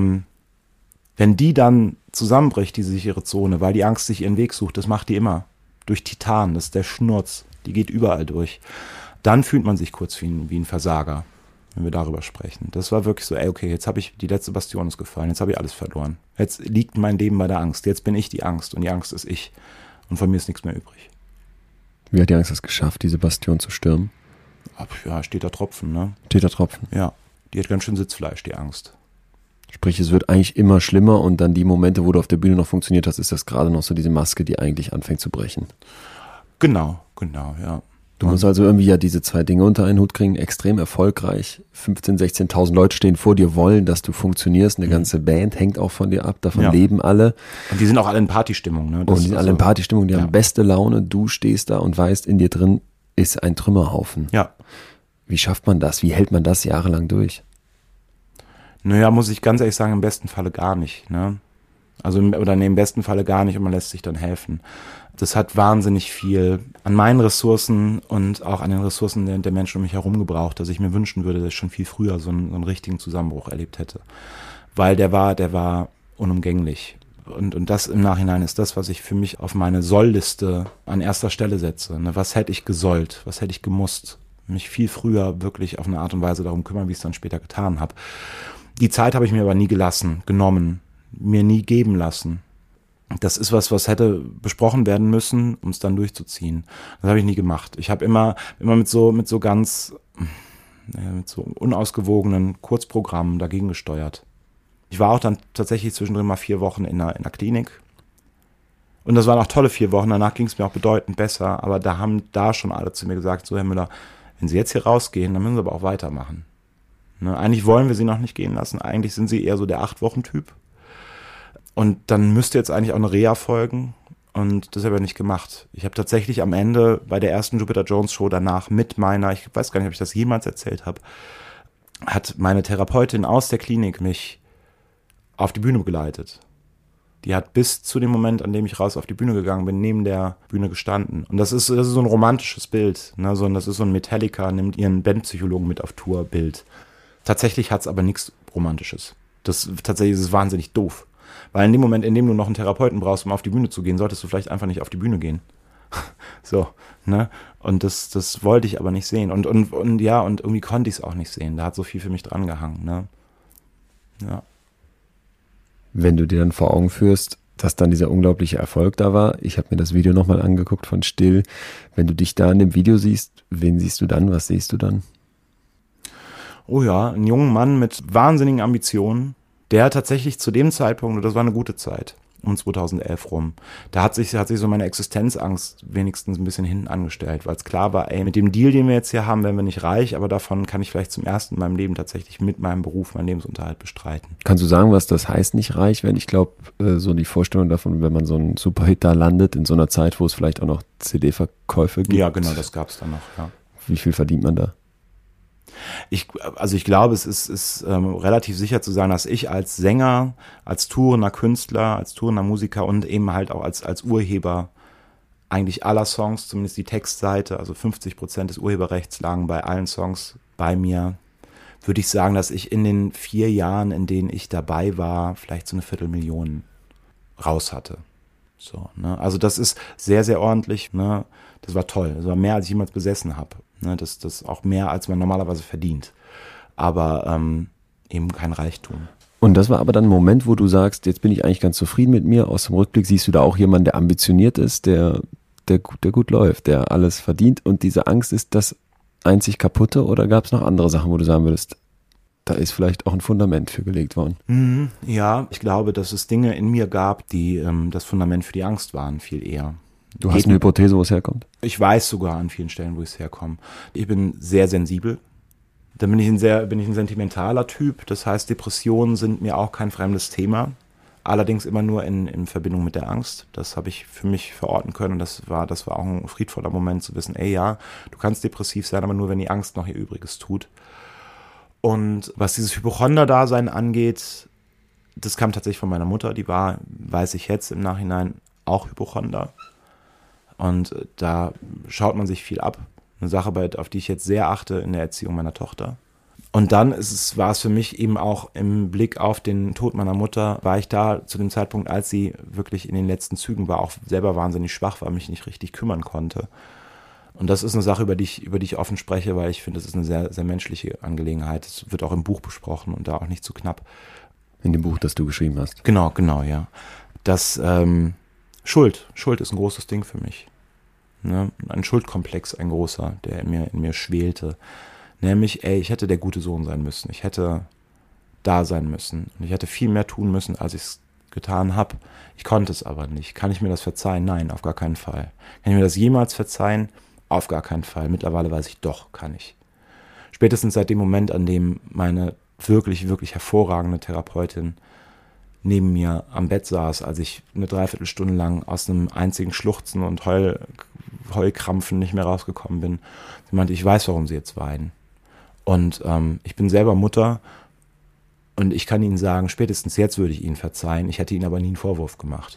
wenn die dann zusammenbricht, diese sichere Zone, weil die Angst sich ihren Weg sucht, das macht die immer. Durch Titan, das ist der Schnurz, die geht überall durch. Dann fühlt man sich kurz wie ein Versager, wenn wir darüber sprechen. Das war wirklich so, okay, jetzt habe ich, die letzte Bastion ist gefallen, jetzt habe ich alles verloren. Jetzt liegt mein Leben bei der Angst, jetzt bin ich die Angst und die Angst ist ich. Und von mir ist nichts mehr übrig. Wie hat die Angst es geschafft, diese Bastion zu stürmen? Ja, steht da Tropfen, ne? Steht da Tropfen? Ja, die hat ganz schön Sitzfleisch, die Angst. Sprich, es wird eigentlich immer schlimmer und dann die Momente, wo du auf der Bühne noch funktioniert hast, ist das gerade noch so diese Maske, die eigentlich anfängt zu brechen. Genau, ja. Du musst also irgendwie ja diese 2 Dinge unter einen Hut kriegen, extrem erfolgreich, 15.000, 16.000 Leute stehen vor dir, wollen, dass du funktionierst, eine ganze Band hängt auch von dir ab, davon leben alle. Und die sind auch alle in Partystimmung. Ne? Die sind alle in Partystimmung, die haben beste Laune, du stehst da und weißt, in dir drin ist ein Trümmerhaufen. Ja. Wie schafft man das? Wie hält man das jahrelang durch? Naja, muss ich ganz ehrlich sagen, im besten Falle gar nicht. Ne? Im besten Falle gar nicht und man lässt sich dann helfen. Das hat wahnsinnig viel an meinen Ressourcen und auch an den Ressourcen der Menschen um mich herum gebraucht, dass ich mir wünschen würde, dass ich schon viel früher so einen richtigen Zusammenbruch erlebt hätte. Weil der war unumgänglich. Und das im Nachhinein ist das, was ich für mich auf meine Sollliste an erster Stelle setze. Ne? Was hätte ich gesollt? Was hätte ich gemusst? Mich viel früher wirklich auf eine Art und Weise darum kümmern, wie ich es dann später getan habe. Die Zeit habe ich mir aber nie genommen, mir nie geben lassen. Das ist was hätte besprochen werden müssen, um es dann durchzuziehen. Das habe ich nie gemacht. Ich habe immer mit so unausgewogenen Kurzprogrammen dagegen gesteuert. Ich war auch dann tatsächlich zwischendrin mal 4 Wochen in einer Klinik. Und das waren auch tolle 4 Wochen. Danach ging es mir auch bedeutend besser. Aber da haben schon alle zu mir gesagt, so Herr Müller, wenn Sie jetzt hier rausgehen, dann müssen Sie aber auch weitermachen. Ne? Eigentlich wollen wir Sie noch nicht gehen lassen. Eigentlich sind Sie eher so der 8-Wochen-Typ. Und dann müsste jetzt eigentlich auch eine Reha folgen. Und das habe ich nicht gemacht. Ich habe tatsächlich am Ende bei der ersten Jupiter Jones Show danach mit ich weiß gar nicht, ob ich das jemals erzählt habe, hat meine Therapeutin aus der Klinik mich auf die Bühne begleitet. Die hat bis zu dem Moment, an dem ich raus auf die Bühne gegangen bin, neben der Bühne gestanden. Und das ist so ein romantisches Bild. Ne? Das ist so ein Metallica, nimmt ihren Bandpsychologen mit auf Tour Bild. Tatsächlich hat es aber nichts Romantisches. Tatsächlich ist es wahnsinnig doof. Weil in dem Moment, in dem du noch einen Therapeuten brauchst, um auf die Bühne zu gehen, solltest du vielleicht einfach nicht auf die Bühne gehen. So, ne? Und das wollte ich aber nicht sehen. Und irgendwie konnte ich es auch nicht sehen. Da hat so viel für mich dran gehangen, ne? Ja. Wenn du dir dann vor Augen führst, dass dann dieser unglaubliche Erfolg da war. Ich habe mir das Video nochmal angeguckt von Still. Wenn du dich da in dem Video siehst, wen siehst du dann? Was siehst du dann? Oh ja, einen jungen Mann mit wahnsinnigen Ambitionen, der tatsächlich zu dem Zeitpunkt, und das war eine gute Zeit, um 2011 rum, da hat sich so meine Existenzangst wenigstens ein bisschen hinten angestellt, weil es klar war, ey, mit dem Deal, den wir jetzt hier haben, werden wir nicht reich, aber davon kann ich vielleicht zum ersten in meinem Leben tatsächlich mit meinem Beruf meinen Lebensunterhalt bestreiten. Kannst du sagen, was das heißt, nicht reich werden? Ich glaube, so die Vorstellung davon, wenn man so einen Superhit da landet, in so einer Zeit, wo es vielleicht auch noch CD-Verkäufe gibt. Ja, genau, das gab es dann noch, ja. Wie viel verdient man da? Ich glaube, es ist relativ sicher zu sagen, dass ich als Sänger, als tourender Künstler, als tourender Musiker und eben halt auch als Urheber eigentlich aller Songs, zumindest die Textseite, also 50% des Urheberrechts lagen bei allen Songs bei mir, würde ich sagen, dass ich in den 4 Jahren, in denen ich dabei war, vielleicht so eine 250.000 raus hatte. So, ne? Also das ist sehr, sehr ordentlich. Ne? Das war toll. Das war mehr, als ich jemals besessen habe. Ne? Das auch mehr, als man normalerweise verdient. Aber eben kein Reichtum. Und das war aber dann ein Moment, wo du sagst, jetzt bin ich eigentlich ganz zufrieden mit mir. Aus dem Rückblick siehst du da auch jemanden, der ambitioniert ist, der gut läuft, der alles verdient. Und diese Angst ist das einzig Kaputte, oder gab es noch andere Sachen, wo du sagen würdest, da ist vielleicht auch ein Fundament für gelegt worden? Ja, ich glaube, dass es Dinge in mir gab, die das Fundament für die Angst waren, viel eher. Du hast eine Hypothese, wo es herkommt? Ich weiß sogar an vielen Stellen, wo es herkommt. Ich bin sehr sensibel. Dann bin ich ein sentimentaler Typ. Das heißt, Depressionen sind mir auch kein fremdes Thema. Allerdings immer nur in Verbindung mit der Angst. Das habe ich für mich verorten können. Und das war auch ein friedvoller Moment zu wissen, ey ja, du kannst depressiv sein, aber nur, wenn die Angst noch ihr Übriges tut. Und was dieses Hypochonder-Dasein angeht, das kam tatsächlich von meiner Mutter. Die war, weiß ich jetzt im Nachhinein, auch Hypochonder. Und da schaut man sich viel ab. Eine Sache, auf die ich jetzt sehr achte in der Erziehung meiner Tochter. Und dann war es für mich eben auch im Blick auf den Tod meiner Mutter, war ich da zu dem Zeitpunkt, als sie wirklich in den letzten Zügen war, auch selber wahnsinnig schwach war, mich nicht richtig kümmern konnte. Und das ist eine Sache, über die ich offen spreche, weil ich finde, das ist eine sehr, sehr menschliche Angelegenheit. Es wird auch im Buch besprochen und da auch nicht zu knapp. In dem Buch, das du geschrieben hast. Genau, ja. Das Schuld ist ein großes Ding für mich. Ne? Ein Schuldkomplex, ein großer, der in mir schwelte. Nämlich, ich hätte der gute Sohn sein müssen. Ich hätte da sein müssen. Und ich hätte viel mehr tun müssen, als ich es getan habe. Ich konnte es aber nicht. Kann ich mir das verzeihen? Nein, auf gar keinen Fall. Kann ich mir das jemals verzeihen? Auf gar keinen Fall. Mittlerweile weiß ich, doch, kann ich. Spätestens seit dem Moment, an dem meine wirklich, wirklich hervorragende Therapeutin neben mir am Bett saß, als ich eine Dreiviertelstunde lang aus einem einzigen Schluchzen und Heulkrampfen nicht mehr rausgekommen bin. Sie meinte, ich weiß, warum Sie jetzt weinen. Und ich bin selber Mutter und ich kann Ihnen sagen, spätestens jetzt würde ich Ihnen verzeihen. Ich hätte Ihnen aber nie einen Vorwurf gemacht.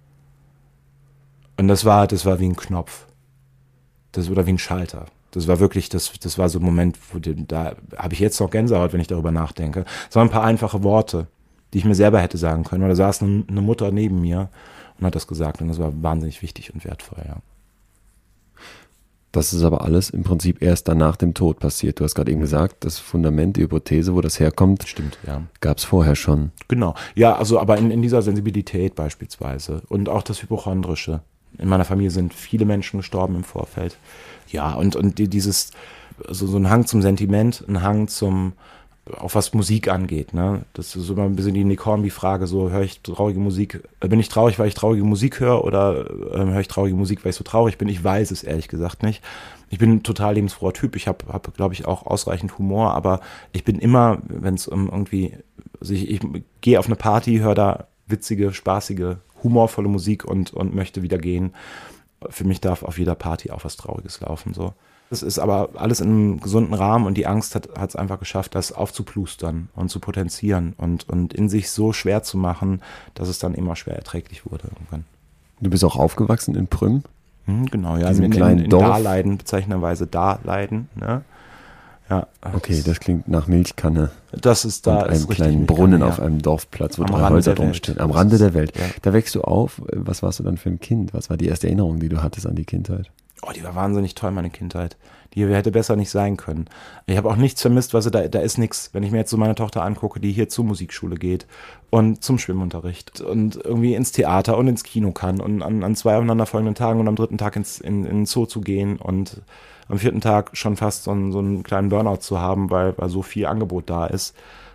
Und das war wie ein Knopf. Oder wie ein Schalter. Das war wirklich, das war so ein Moment, da habe ich jetzt noch Gänsehaut, wenn ich darüber nachdenke. Es waren ein paar einfache Worte, die ich mir selber hätte sagen können. Weil da saß eine Mutter neben mir und hat das gesagt. Und das war wahnsinnig wichtig und wertvoll, ja. Das ist aber alles im Prinzip erst dann nach dem Tod passiert. Du hast gerade eben gesagt, das Fundament, die Hypothese, wo das herkommt, stimmt, ja, gab es vorher schon. Genau, ja, also aber in dieser Sensibilität beispielsweise und auch das Hypochondrische. In meiner Familie sind viele Menschen gestorben im Vorfeld. Ja, und dieses, also so ein Hang zum Sentiment, ein Hang zum, auch was Musik angeht, ne? Das ist immer ein bisschen die Nick Hornby-Frage, so höre ich traurige Musik, bin ich traurig, weil ich traurige Musik höre oder höre ich traurige Musik, weil ich so traurig bin? Ich weiß es ehrlich gesagt nicht. Ich bin ein total lebensfroher Typ, ich habe glaube ich auch ausreichend Humor, aber ich bin immer, wenn es irgendwie, also ich gehe auf eine Party, höre da witzige, spaßige, humorvolle Musik und möchte wieder gehen. Für mich darf auf jeder Party auch was Trauriges laufen, so. Das ist aber alles in einem gesunden Rahmen und die Angst hat es einfach geschafft, das aufzuplustern und zu potenzieren und in sich so schwer zu machen, dass es dann immer schwer erträglich wurde irgendwann. Du bist auch aufgewachsen in Prüm? Genau, ja, in kleinen Dorf. Dahlleiden, bezeichnenderweise Dahlleiden, ne? Ja. Okay, das klingt nach Milchkanne. Das ist da. Und einem kleinen Brunnen auf einem Dorfplatz, wo 3 Häuser drumstehen. Am Rande der Welt. Ja. Da wächst du auf. Was warst du dann für ein Kind? Was war die erste Erinnerung, die du hattest an die Kindheit? die war wahnsinnig toll, meine Kindheit. Die hätte besser nicht sein können. Ich habe auch nichts vermisst, da ist nichts. Wenn ich mir jetzt so meine Tochter angucke, die hier zur Musikschule geht und zum Schwimmunterricht und irgendwie ins Theater und ins Kino kann und an 2 aufeinanderfolgenden Tagen und am 3. Tag in den Zoo zu gehen und am 4. Tag schon fast so einen kleinen Burnout zu haben, weil so viel Angebot da ist.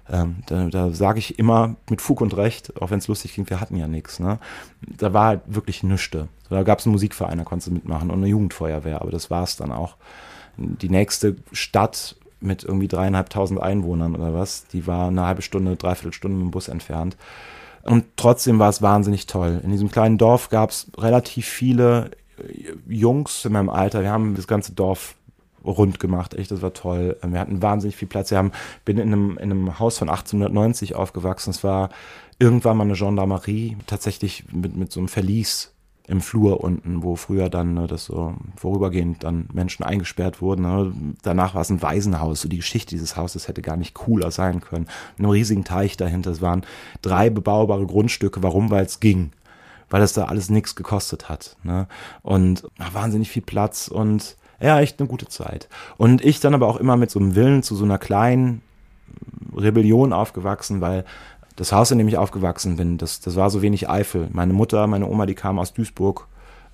Da sage ich immer mit Fug und Recht, auch wenn es lustig klingt, wir hatten ja nichts. Ne? Da war halt wirklich nichts. Da gab es einen Musikverein, da konntest du mitmachen und eine Jugendfeuerwehr, aber das war es dann auch. Die nächste Stadt mit irgendwie 3.500 Einwohnern oder was, die war eine halbe Stunde, 3/4 Stunde mit dem Bus entfernt. Und trotzdem war es wahnsinnig toll. In diesem kleinen Dorf gab es relativ viele Jungs in meinem Alter. Wir haben das ganze Dorf rund gemacht, echt, das war toll. Wir hatten wahnsinnig viel Platz. Bin in einem Haus von 1890 aufgewachsen. Es war irgendwann mal eine Gendarmerie, tatsächlich mit so einem Verlies im Flur unten, wo früher dann das so vorübergehend dann Menschen eingesperrt wurden. Ne. Danach war es ein Waisenhaus. So die Geschichte dieses Hauses hätte gar nicht cooler sein können. Mit einem riesigen Teich dahinter. Es waren 3 bebaubare Grundstücke. Warum? Weil es ging. Weil das da alles nichts gekostet hat. Ne. Und wahnsinnig viel Platz und ja, echt eine gute Zeit. Und ich dann aber auch immer mit so einem Willen zu so einer kleinen Rebellion aufgewachsen, weil das Haus, in dem ich aufgewachsen bin, das war so wenig Eifel. Meine Mutter, meine Oma, die kamen aus Duisburg,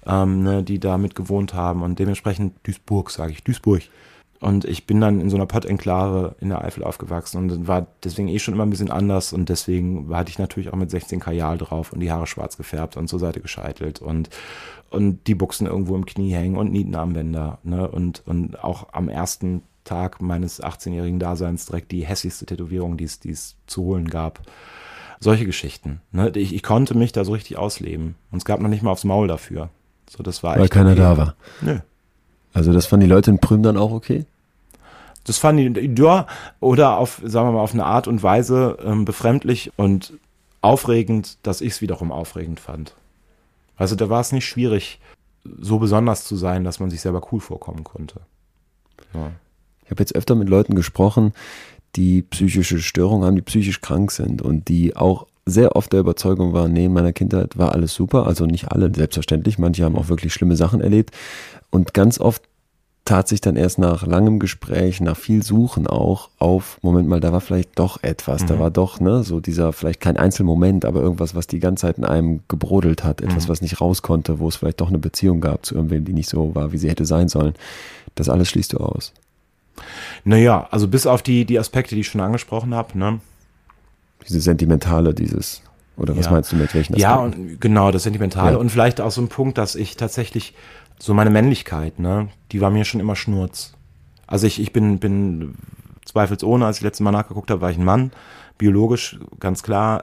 die da mit gewohnt haben und dementsprechend Duisburg, sage ich, Duisburg. Und ich bin dann in so einer Pott-Enklave in der Eifel aufgewachsen und war deswegen schon immer ein bisschen anders und deswegen hatte ich natürlich auch mit 16 Kajal drauf und die Haare schwarz gefärbt und zur Seite gescheitelt und die Buchsen irgendwo im Knie hängen und Nietenarmbänder, ne, und auch am ersten Tag meines 18-jährigen Daseins direkt die hässlichste Tätowierung, die es zu holen gab. Solche Geschichten. Ne? Ich konnte mich da so richtig ausleben. Und es gab noch nicht mal aufs Maul dafür. So, das war weil echt keiner okay. da war. Nö. Also das fanden die Leute in Prüm dann auch okay? Das fanden die, ja, oder auf, sagen wir mal, auf eine Art und Weise befremdlich und aufregend, dass ich es wiederum aufregend fand. Also da war es nicht schwierig, so besonders zu sein, dass man sich selber cool vorkommen konnte. Ja. Ich habe jetzt öfter mit Leuten gesprochen, die psychische Störungen haben, die psychisch krank sind und die auch sehr oft der Überzeugung waren, nee, in meiner Kindheit war alles super, also nicht alle, selbstverständlich, manche haben auch wirklich schlimme Sachen erlebt und ganz oft tat sich dann erst nach langem Gespräch, nach viel Suchen auch auf, Moment mal, da war vielleicht doch etwas, da war doch, ne, so dieser, vielleicht kein Einzelmoment, aber irgendwas, was die ganze Zeit in einem gebrodelt hat, etwas, was nicht raus konnte, wo es vielleicht doch eine Beziehung gab zu irgendwem, die nicht so war, wie sie hätte sein sollen. Das alles schließt du aus. Naja, also bis auf die Aspekte, die ich schon angesprochen habe, ne? Diese Sentimentale, oder was meinst du mit welchen Aspekten? Ja, und genau, das Sentimentale und vielleicht auch so ein Punkt, dass ich tatsächlich so meine Männlichkeit, ne, die war mir schon immer Schnurz. Also ich bin zweifelsohne, als ich letztes Mal nachgeguckt habe, war ich ein Mann, biologisch, ganz klar,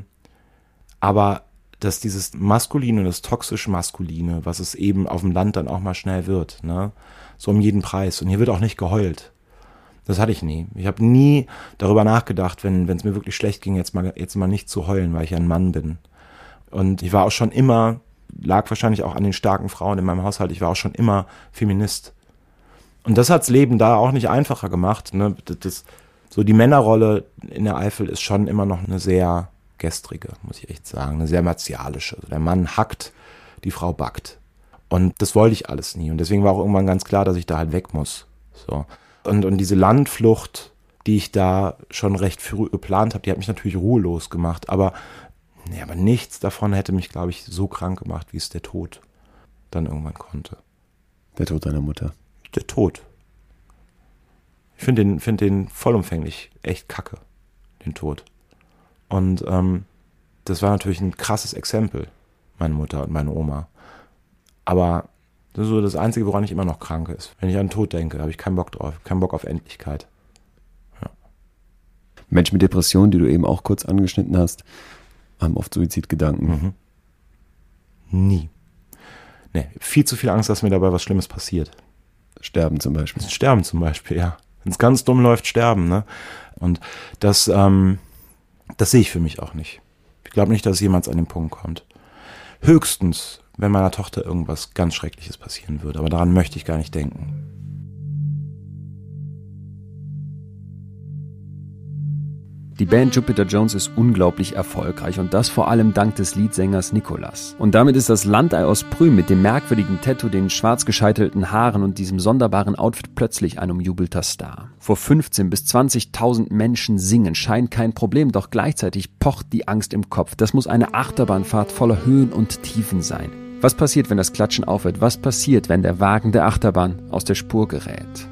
aber dass dieses Maskuline und das toxisch Maskuline, was es eben auf dem Land dann auch mal schnell wird, ne, so um jeden Preis. Und hier wird auch nicht geheult. Das hatte ich nie. Ich habe nie darüber nachgedacht, wenn es mir wirklich schlecht ging, jetzt mal nicht zu heulen, weil ich ja ein Mann bin. Und ich war auch schon immer, lag wahrscheinlich auch an den starken Frauen in meinem Haushalt, ich war auch schon immer Feminist. Und das hat's Leben da auch nicht einfacher gemacht. Ne? So die Männerrolle in der Eifel ist schon immer noch eine sehr gestrige, muss ich echt sagen, eine sehr martialische. Also der Mann hackt, die Frau backt. Und das wollte ich alles nie. Und deswegen war auch irgendwann ganz klar, dass ich da halt weg muss. So. Und diese Landflucht, die ich da schon recht früh geplant habe, die hat mich natürlich ruhelos gemacht. Aber nichts davon hätte mich, glaube ich, so krank gemacht, wie es der Tod dann irgendwann konnte. Der Tod deiner Mutter. Der Tod. Ich finde den vollumfänglich echt kacke, den Tod. Und das war natürlich ein krasses Exempel, meine Mutter und meine Oma. Aber das ist so das Einzige, woran ich immer noch krank ist. Wenn ich an den Tod denke, habe ich keinen Bock drauf, keinen Bock auf Endlichkeit. Ja. Menschen mit Depressionen, die du eben auch kurz angeschnitten hast, haben oft Suizidgedanken. Nie. Nee, viel zu viel Angst, dass mir dabei was Schlimmes passiert. Sterben zum Beispiel. Sterben zum Beispiel, ja. Wenn es ganz dumm läuft, sterben, ne? Und das sehe ich für mich auch nicht. Ich glaube nicht, dass es jemals an den Punkt kommt. Höchstens, wenn meiner Tochter irgendwas ganz Schreckliches passieren würde. Aber daran möchte ich gar nicht denken. Die Band Jupiter Jones ist unglaublich erfolgreich und das vor allem dank des Leadsängers Nicolas. Und damit ist das Landei aus Prüm mit dem merkwürdigen Tattoo, den schwarz gescheitelten Haaren und diesem sonderbaren Outfit plötzlich ein umjubelter Star. Vor 15.000 bis 20.000 Menschen singen scheint kein Problem, doch gleichzeitig pocht die Angst im Kopf. Das muss eine Achterbahnfahrt voller Höhen und Tiefen sein. Was passiert, wenn das Klatschen aufhört? Was passiert, wenn der Wagen der Achterbahn aus der Spur gerät?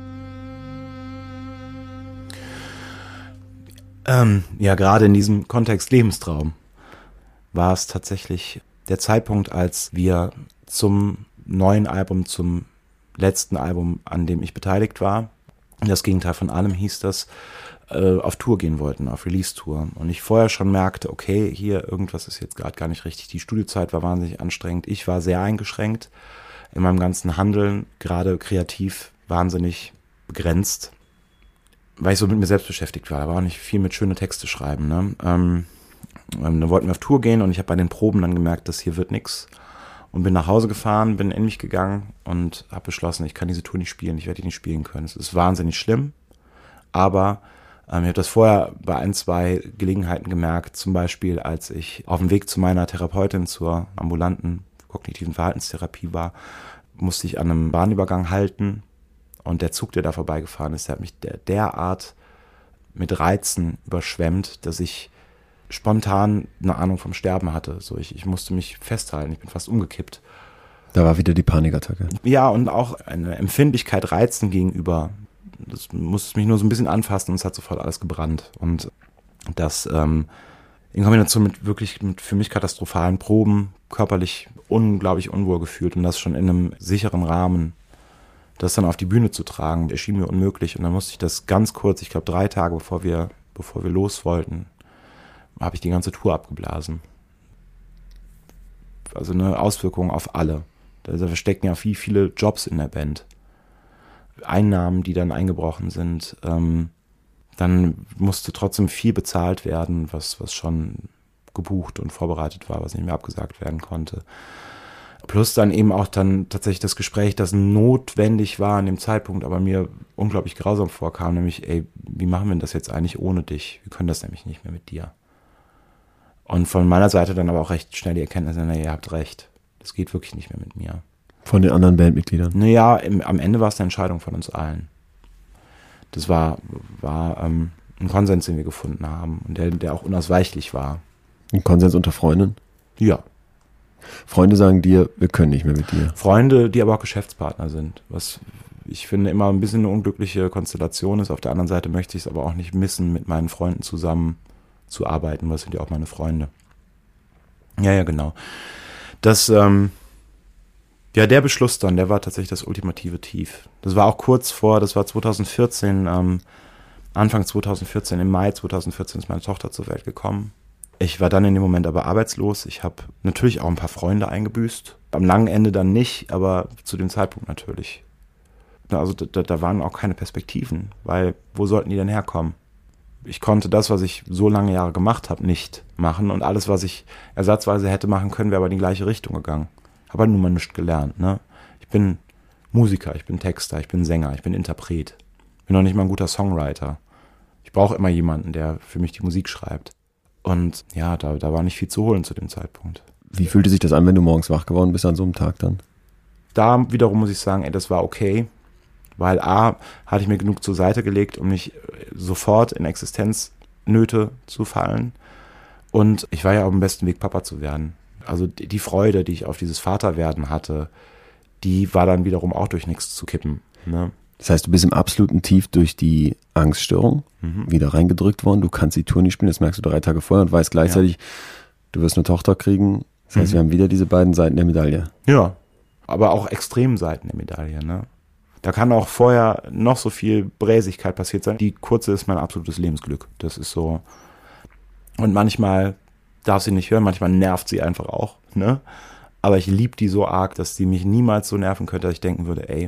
Ja, gerade in diesem Kontext Lebenstraum war es tatsächlich der Zeitpunkt, als wir zum neuen Album, zum letzten Album, an dem ich beteiligt war, das Gegenteil von allem hieß das, auf Tour gehen wollten, auf Release-Tour. Und ich vorher schon merkte, okay, hier irgendwas ist jetzt gerade gar nicht richtig. Die Studiozeit war wahnsinnig anstrengend. Ich war sehr eingeschränkt in meinem ganzen Handeln, gerade kreativ wahnsinnig begrenzt, weil ich so mit mir selbst beschäftigt war. Da war auch nicht viel mit schöne Texte schreiben. Ne? Dann wollten wir auf Tour gehen und ich habe bei den Proben dann gemerkt, dass hier wird nix. Und bin nach Hause gefahren, bin in mich gegangen und habe beschlossen, ich kann diese Tour nicht spielen, ich werde die nicht spielen können. Es ist wahnsinnig schlimm, aber ich habe das vorher bei 1, 2 Gelegenheiten gemerkt, zum Beispiel als ich auf dem Weg zu meiner Therapeutin zur ambulanten kognitiven Verhaltenstherapie war, musste ich an einem Bahnübergang halten. Und der Zug, der da vorbeigefahren ist, der hat mich derart mit Reizen überschwemmt, dass ich spontan eine Ahnung vom Sterben hatte. So, ich musste mich festhalten, ich bin fast umgekippt. Da war wieder die Panikattacke. Ja, und auch eine Empfindlichkeit Reizen gegenüber. Das musste mich nur so ein bisschen anfassen und es hat sofort alles gebrannt. Und das in Kombination mit für mich katastrophalen Proben, körperlich unglaublich unwohl gefühlt und das schon in einem sicheren Rahmen. Das dann auf die Bühne zu tragen, erschien mir unmöglich. Und dann musste ich das ganz kurz, ich glaube 3 Tage bevor wir los wollten, habe ich die ganze Tour abgeblasen. Also eine Auswirkung auf alle. Da stecken ja viele Jobs in der Band. Einnahmen, die dann eingebrochen sind. Dann musste trotzdem viel bezahlt werden, was schon gebucht und vorbereitet war, was nicht mehr abgesagt werden konnte. Plus dann eben auch dann tatsächlich das Gespräch, das notwendig war an dem Zeitpunkt, aber mir unglaublich grausam vorkam, nämlich, ey, wie machen wir das jetzt eigentlich ohne dich? Wir können das nämlich nicht mehr mit dir. Und von meiner Seite dann aber auch recht schnell die Erkenntnis, naja, ihr habt recht, das geht wirklich nicht mehr mit mir. Von den anderen Bandmitgliedern? Naja, am Ende war es eine Entscheidung von uns allen. Das war ein Konsens, den wir gefunden haben und der auch unausweichlich war. Ein Konsens unter Freunden? Ja. Freunde sagen dir, wir können nicht mehr mit dir. Freunde, die aber auch Geschäftspartner sind, was ich finde immer ein bisschen eine unglückliche Konstellation ist. Auf der anderen Seite möchte ich es aber auch nicht missen, mit meinen Freunden zusammen zu arbeiten, was sind ja auch meine Freunde. Ja, genau. Das, der Beschluss dann, der war tatsächlich das ultimative Tief. Das war auch das war 2014, Anfang 2014, im Mai 2014 ist meine Tochter zur Welt gekommen. Ich war dann in dem Moment aber arbeitslos. Ich habe natürlich auch ein paar Freunde eingebüßt. Am langen Ende dann nicht, aber zu dem Zeitpunkt natürlich. Also da waren auch keine Perspektiven, weil wo sollten die denn herkommen? Ich konnte das, was ich so lange Jahre gemacht habe, nicht machen. Und alles, was ich ersatzweise hätte machen können, wäre aber in die gleiche Richtung gegangen. Habe halt nun mal nichts gelernt. Ne? Ich bin Musiker, ich bin Texter, ich bin Sänger, ich bin Interpret. Bin noch nicht mal ein guter Songwriter. Ich brauche immer jemanden, der für mich die Musik schreibt. Und ja, da war nicht viel zu holen zu dem Zeitpunkt. Wie fühlte sich das an, wenn du morgens wach geworden bist an so einem Tag dann? Da wiederum muss ich sagen, das war okay, weil A, hatte ich mir genug zur Seite gelegt, um nicht sofort in Existenznöte zu fallen. Und ich war ja auf dem besten Weg, Papa zu werden. Also die Freude, die ich auf dieses Vaterwerden hatte, die war dann wiederum auch durch nichts zu kippen. Ne? Das heißt, du bist im absoluten Tief durch die Angststörung wieder reingedrückt worden. Du kannst die Tour nicht spielen, das merkst du 3 Tage vorher und weißt gleichzeitig, du wirst eine Tochter kriegen. Das heißt, wir haben wieder diese beiden Seiten der Medaille. Ja, aber auch Extremseiten der Medaille. Ne? Da kann auch vorher noch so viel Bräsigkeit passiert sein. Die kurze ist mein absolutes Lebensglück. Das ist so. Und manchmal darf sie nicht hören, manchmal nervt sie einfach auch. Ne? Aber ich liebe die so arg, dass die mich niemals so nerven könnte, dass ich denken würde, ey,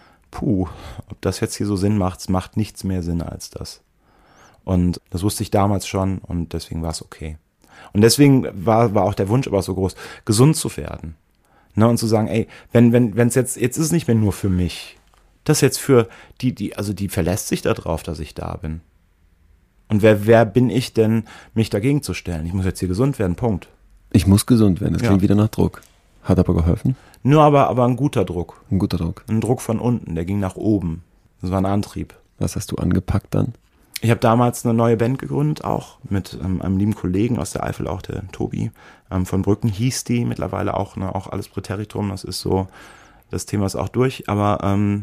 ob das jetzt hier so Sinn macht, es macht nichts mehr Sinn als das. Und das wusste ich damals schon und deswegen war es okay. Und deswegen war auch der Wunsch aber so groß, gesund zu werden. Ne? Und zu sagen, ey, wenn es jetzt ist es nicht mehr nur für mich. Das jetzt für die verlässt sich da drauf, dass ich da bin. Und wer bin ich denn, mich dagegen zu stellen? Ich muss jetzt hier gesund werden, Punkt. Ich muss gesund werden, das klingt wieder nach Druck. Hat aber geholfen? Nur aber ein guter Druck. Ein guter Druck. Ein Druck von unten, der ging nach oben. Das war ein Antrieb. Was hast du angepackt dann? Ich habe damals eine neue Band gegründet, auch mit einem lieben Kollegen aus der Eifel, auch der Tobi von Brücken hieß die, mittlerweile auch, ne, auch alles Präteritum, das ist so, das Thema ist auch durch, aber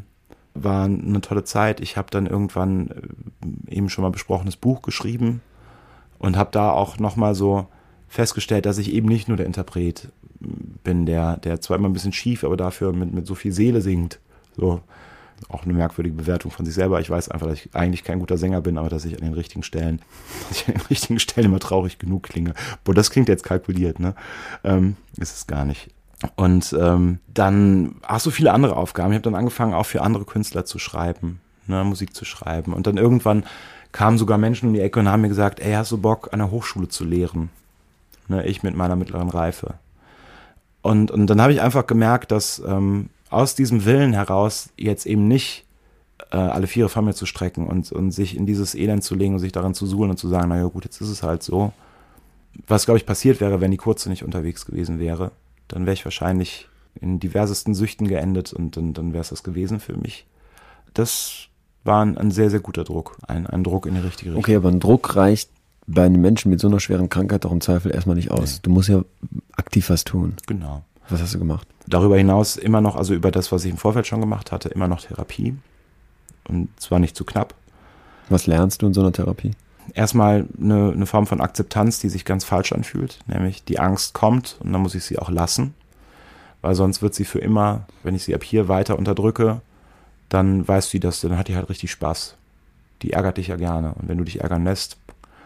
war eine tolle Zeit. Ich habe dann irgendwann eben schon mal besprochenes Buch geschrieben und habe da auch nochmal so festgestellt, dass ich eben nicht nur der Interpret bin, der zwar immer ein bisschen schief, aber dafür mit so viel Seele singt. So, auch eine merkwürdige Bewertung von sich selber. Ich weiß einfach, dass ich eigentlich kein guter Sänger bin, aber dass ich an den richtigen Stellen immer traurig genug klinge. Boah, das klingt jetzt kalkuliert, ne? Ist es gar nicht. Und dann auch so viele andere Aufgaben. Ich habe dann angefangen, auch für andere Künstler zu schreiben, ne, Musik zu schreiben. Und dann irgendwann kamen sogar Menschen um die Ecke und haben mir gesagt, ey, hast du Bock, an der Hochschule zu lehren? Ne, ich mit meiner mittleren Reife. Und dann habe ich einfach gemerkt, dass aus diesem Willen heraus jetzt eben nicht alle Viere von mir zu strecken und sich in dieses Elend zu legen und sich daran zu suhlen und zu sagen, naja gut, jetzt ist es halt so. Was, glaube ich, passiert wäre, wenn die Kurze nicht unterwegs gewesen wäre, dann wäre ich wahrscheinlich in diversesten Süchten geendet und dann wäre es das gewesen für mich. Das war ein sehr, sehr guter Druck, ein Druck in die richtige Richtung. Okay, aber ein Druck reicht bei einem Menschen mit so einer schweren Krankheit doch im Zweifel erstmal nicht aus. Nee. Du musst ja aktiv was tun. Genau. Was hast du gemacht? Darüber hinaus immer noch, also über das, was ich im Vorfeld schon gemacht hatte, immer noch Therapie. Und zwar nicht zu knapp. Was lernst du in so einer Therapie? Erstmal eine Form von Akzeptanz, die sich ganz falsch anfühlt. Nämlich die Angst kommt und dann muss ich sie auch lassen. Weil sonst wird sie für immer, wenn ich sie ab hier weiter unterdrücke, dann weißt du das, dann hat die halt richtig Spaß. Die ärgert dich ja gerne. Und wenn du dich ärgern lässt,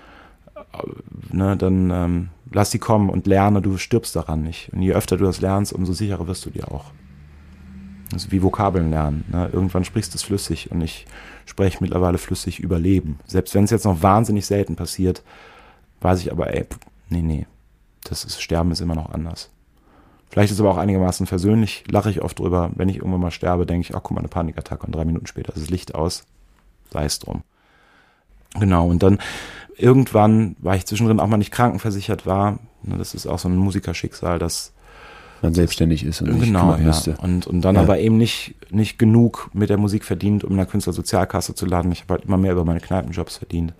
ne, dann lass sie kommen und lerne, du stirbst daran nicht. Und je öfter du das lernst, umso sicherer wirst du dir auch. Das ist wie Vokabeln lernen. Ne? Irgendwann sprichst du es flüssig und ich spreche mittlerweile flüssig über Leben. Selbst wenn es jetzt noch wahnsinnig selten passiert, weiß ich aber, nee, Sterben ist immer noch anders. Vielleicht ist es aber auch einigermaßen versöhnlich, lache ich oft drüber. Wenn ich irgendwann mal sterbe, denke ich, ach guck mal, eine Panikattacke und 3 Minuten später ist das Licht aus. Sei es drum. Genau, und dann irgendwann, weil ich zwischendrin auch mal nicht krankenversichert war, ne, das ist auch so ein Musikerschicksal, dass man selbstständig ist und nicht kümmern müsste. Und dann aber eben nicht genug mit der Musik verdient, um in der Künstlersozialkasse zu landen. Ich habe halt immer mehr über meine Kneipenjobs verdient.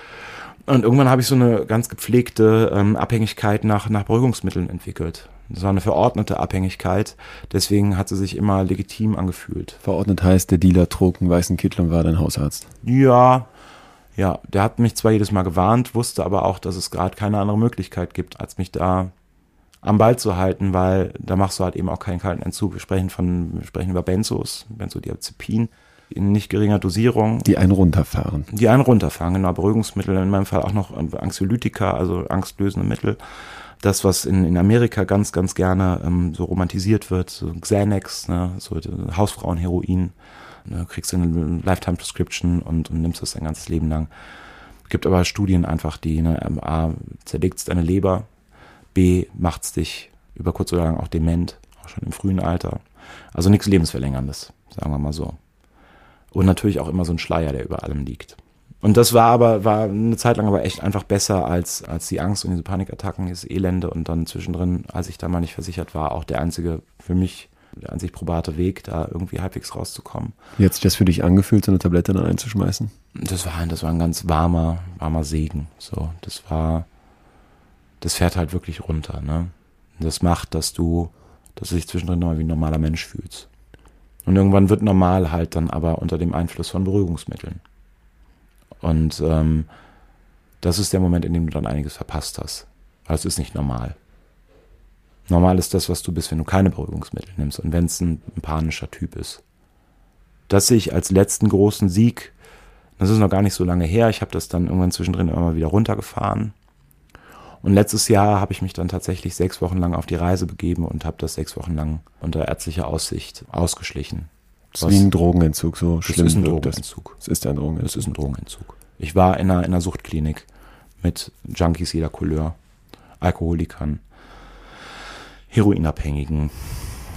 Und irgendwann habe ich so eine ganz gepflegte Abhängigkeit nach Beruhigungsmitteln entwickelt. Das war eine verordnete Abhängigkeit, deswegen hat sie sich immer legitim angefühlt. Verordnet heißt, der Dealer trug einen weißen Kittel und war dein Hausarzt. Ja, der hat mich zwar jedes Mal gewarnt, wusste aber auch, dass es gerade keine andere Möglichkeit gibt, als mich da am Ball zu halten, weil da machst du halt eben auch keinen kalten Entzug. Wir sprechen über Benzodiazepin in nicht geringer Dosierung. Die einen runterfahren, genau. Beruhigungsmittel, in meinem Fall auch noch Anxiolytika, also angstlösende Mittel. Das, was in Amerika ganz, ganz gerne so romantisiert wird, so Xanax, ne, so Hausfrauenheroin. Du kriegst eine Lifetime-Prescription und nimmst das dein ganzes Leben lang. Es gibt aber Studien einfach, die, ne, A, zerlegt es deine Leber, B, macht es dich über kurz oder lang auch dement, auch schon im frühen Alter. Also nichts Lebensverlängerndes, sagen wir mal so. Und natürlich auch immer so ein Schleier, der über allem liegt. Und das war eine Zeit lang aber echt einfach besser als die Angst und diese Panikattacken, dieses Elende. Und dann zwischendrin, als ich da mal nicht versichert war, auch der einzig probate Weg, da irgendwie halbwegs rauszukommen. Wie hat sich das für dich angefühlt, so eine Tablette dann einzuschmeißen? Das war ein ganz warmer Segen. So, das fährt halt wirklich runter, ne? Das macht, dass du dich zwischendrin noch wie ein normaler Mensch fühlst. Und irgendwann wird normal halt dann aber unter dem Einfluss von Beruhigungsmitteln. Und das ist der Moment, in dem du dann einiges verpasst hast. Weil es ist nicht normal. Normal ist das, was du bist, wenn du keine Beruhigungsmittel nimmst und wenn es ein panischer Typ ist. Das sehe ich als letzten großen Sieg. Das ist noch gar nicht so lange her. Ich habe das dann irgendwann zwischendrin immer mal wieder runtergefahren. Und letztes Jahr habe ich mich dann tatsächlich 6 Wochen lang auf die Reise begeben und habe das 6 Wochen lang unter ärztlicher Aussicht ausgeschlichen. Das ist wie ein Drogenentzug, so schlimm. Das ist ein Drogenentzug. Es ist ein Drogenentzug. Es ist ein Drogenentzug. Ich war in einer Suchtklinik mit Junkies jeder Couleur, Alkoholikern, Heroinabhängigen.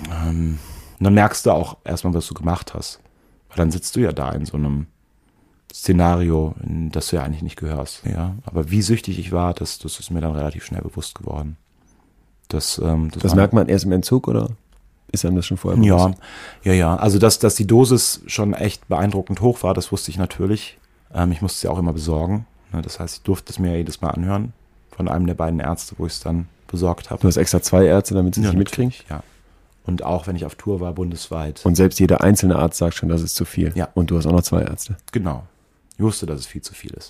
Und dann merkst du auch erstmal, was du gemacht hast. Weil dann sitzt du ja da in so Szenario, in das du ja eigentlich nicht gehörst. Ja, aber wie süchtig ich war, das ist mir dann relativ schnell bewusst geworden. Das merkt man erst im Entzug oder ist einem das schon vorher bewusst? Ja. Also dass die Dosis schon echt beeindruckend hoch war, das wusste ich natürlich. Ich musste es ja auch immer besorgen. Das heißt, ich durfte es mir jedes Mal anhören von einem der beiden Ärzte, wo ich es dann besorgt habe. Du hast extra 2 Ärzte, damit sie nicht mitkriegen? Ja. Und auch wenn ich auf Tour war, bundesweit. Und selbst jeder einzelne Arzt sagt schon, das ist zu viel. Ja. Und du hast auch noch 2 Ärzte. Genau. Ich wusste, dass es viel zu viel ist.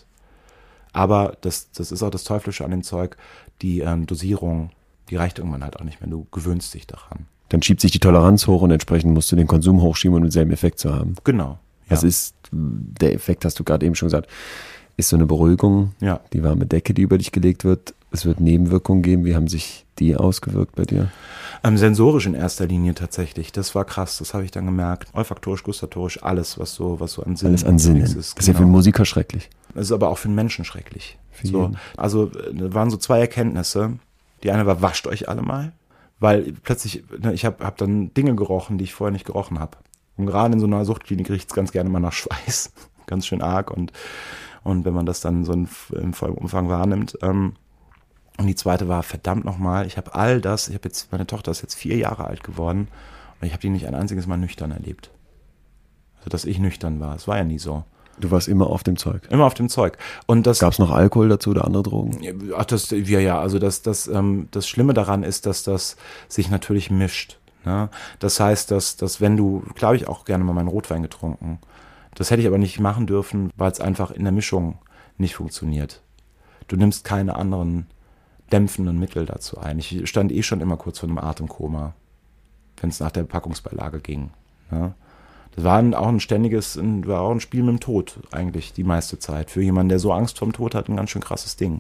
Aber das ist auch das Teuflische an dem Zeug. Die Dosierung, die reicht irgendwann halt auch nicht mehr. Du gewöhnst dich daran. Dann schiebt sich die Toleranz hoch und entsprechend musst du den Konsum hochschieben, um denselben Effekt zu haben. Genau. Was ist der Effekt, hast du gerade eben schon gesagt, ist so eine Beruhigung, die warme Decke, die über dich gelegt wird. Es wird Nebenwirkungen geben. Wie haben sich die ausgewirkt bei dir? Sensorisch in erster Linie tatsächlich. Das war krass, das habe ich dann gemerkt. Olfaktorisch, gustatorisch, alles, was so an Sinnen ist. Das ist ja für einen Musiker schrecklich. Das ist aber auch für einen Menschen schrecklich. Also waren so 2 Erkenntnisse. Die eine war, wascht euch alle mal. Weil plötzlich, ich hab dann Dinge gerochen, die ich vorher nicht gerochen habe. Und gerade in so einer Suchtklinik riecht es ganz gerne mal nach Schweiß. Ganz schön arg. Und wenn man das dann so im vollen Umfang wahrnimmt. Und die zweite war, verdammt nochmal, ich habe all das, meine Tochter ist jetzt 4 Jahre alt geworden und ich habe die nicht ein einziges Mal nüchtern erlebt. Also, dass ich nüchtern war. Es war ja nie so. Du warst immer auf dem Zeug. Immer auf dem Zeug. Und das. Gab's noch Alkohol dazu oder andere Drogen? Also das Schlimme daran ist, dass das sich natürlich mischt. Ne? Das heißt, dass wenn du, klar habe ich auch gerne mal meinen Rotwein getrunken. Das hätte ich aber nicht machen dürfen, weil es einfach in der Mischung nicht funktioniert. Du nimmst keine anderen dämpfenden Mittel dazu ein. Ich stand schon immer kurz vor einem Atemkoma, wenn es nach der Packungsbeilage ging. Ne? Das war auch ein Spiel mit dem Tod eigentlich die meiste Zeit. Für jemanden, der so Angst vorm Tod hat, ein ganz schön krasses Ding.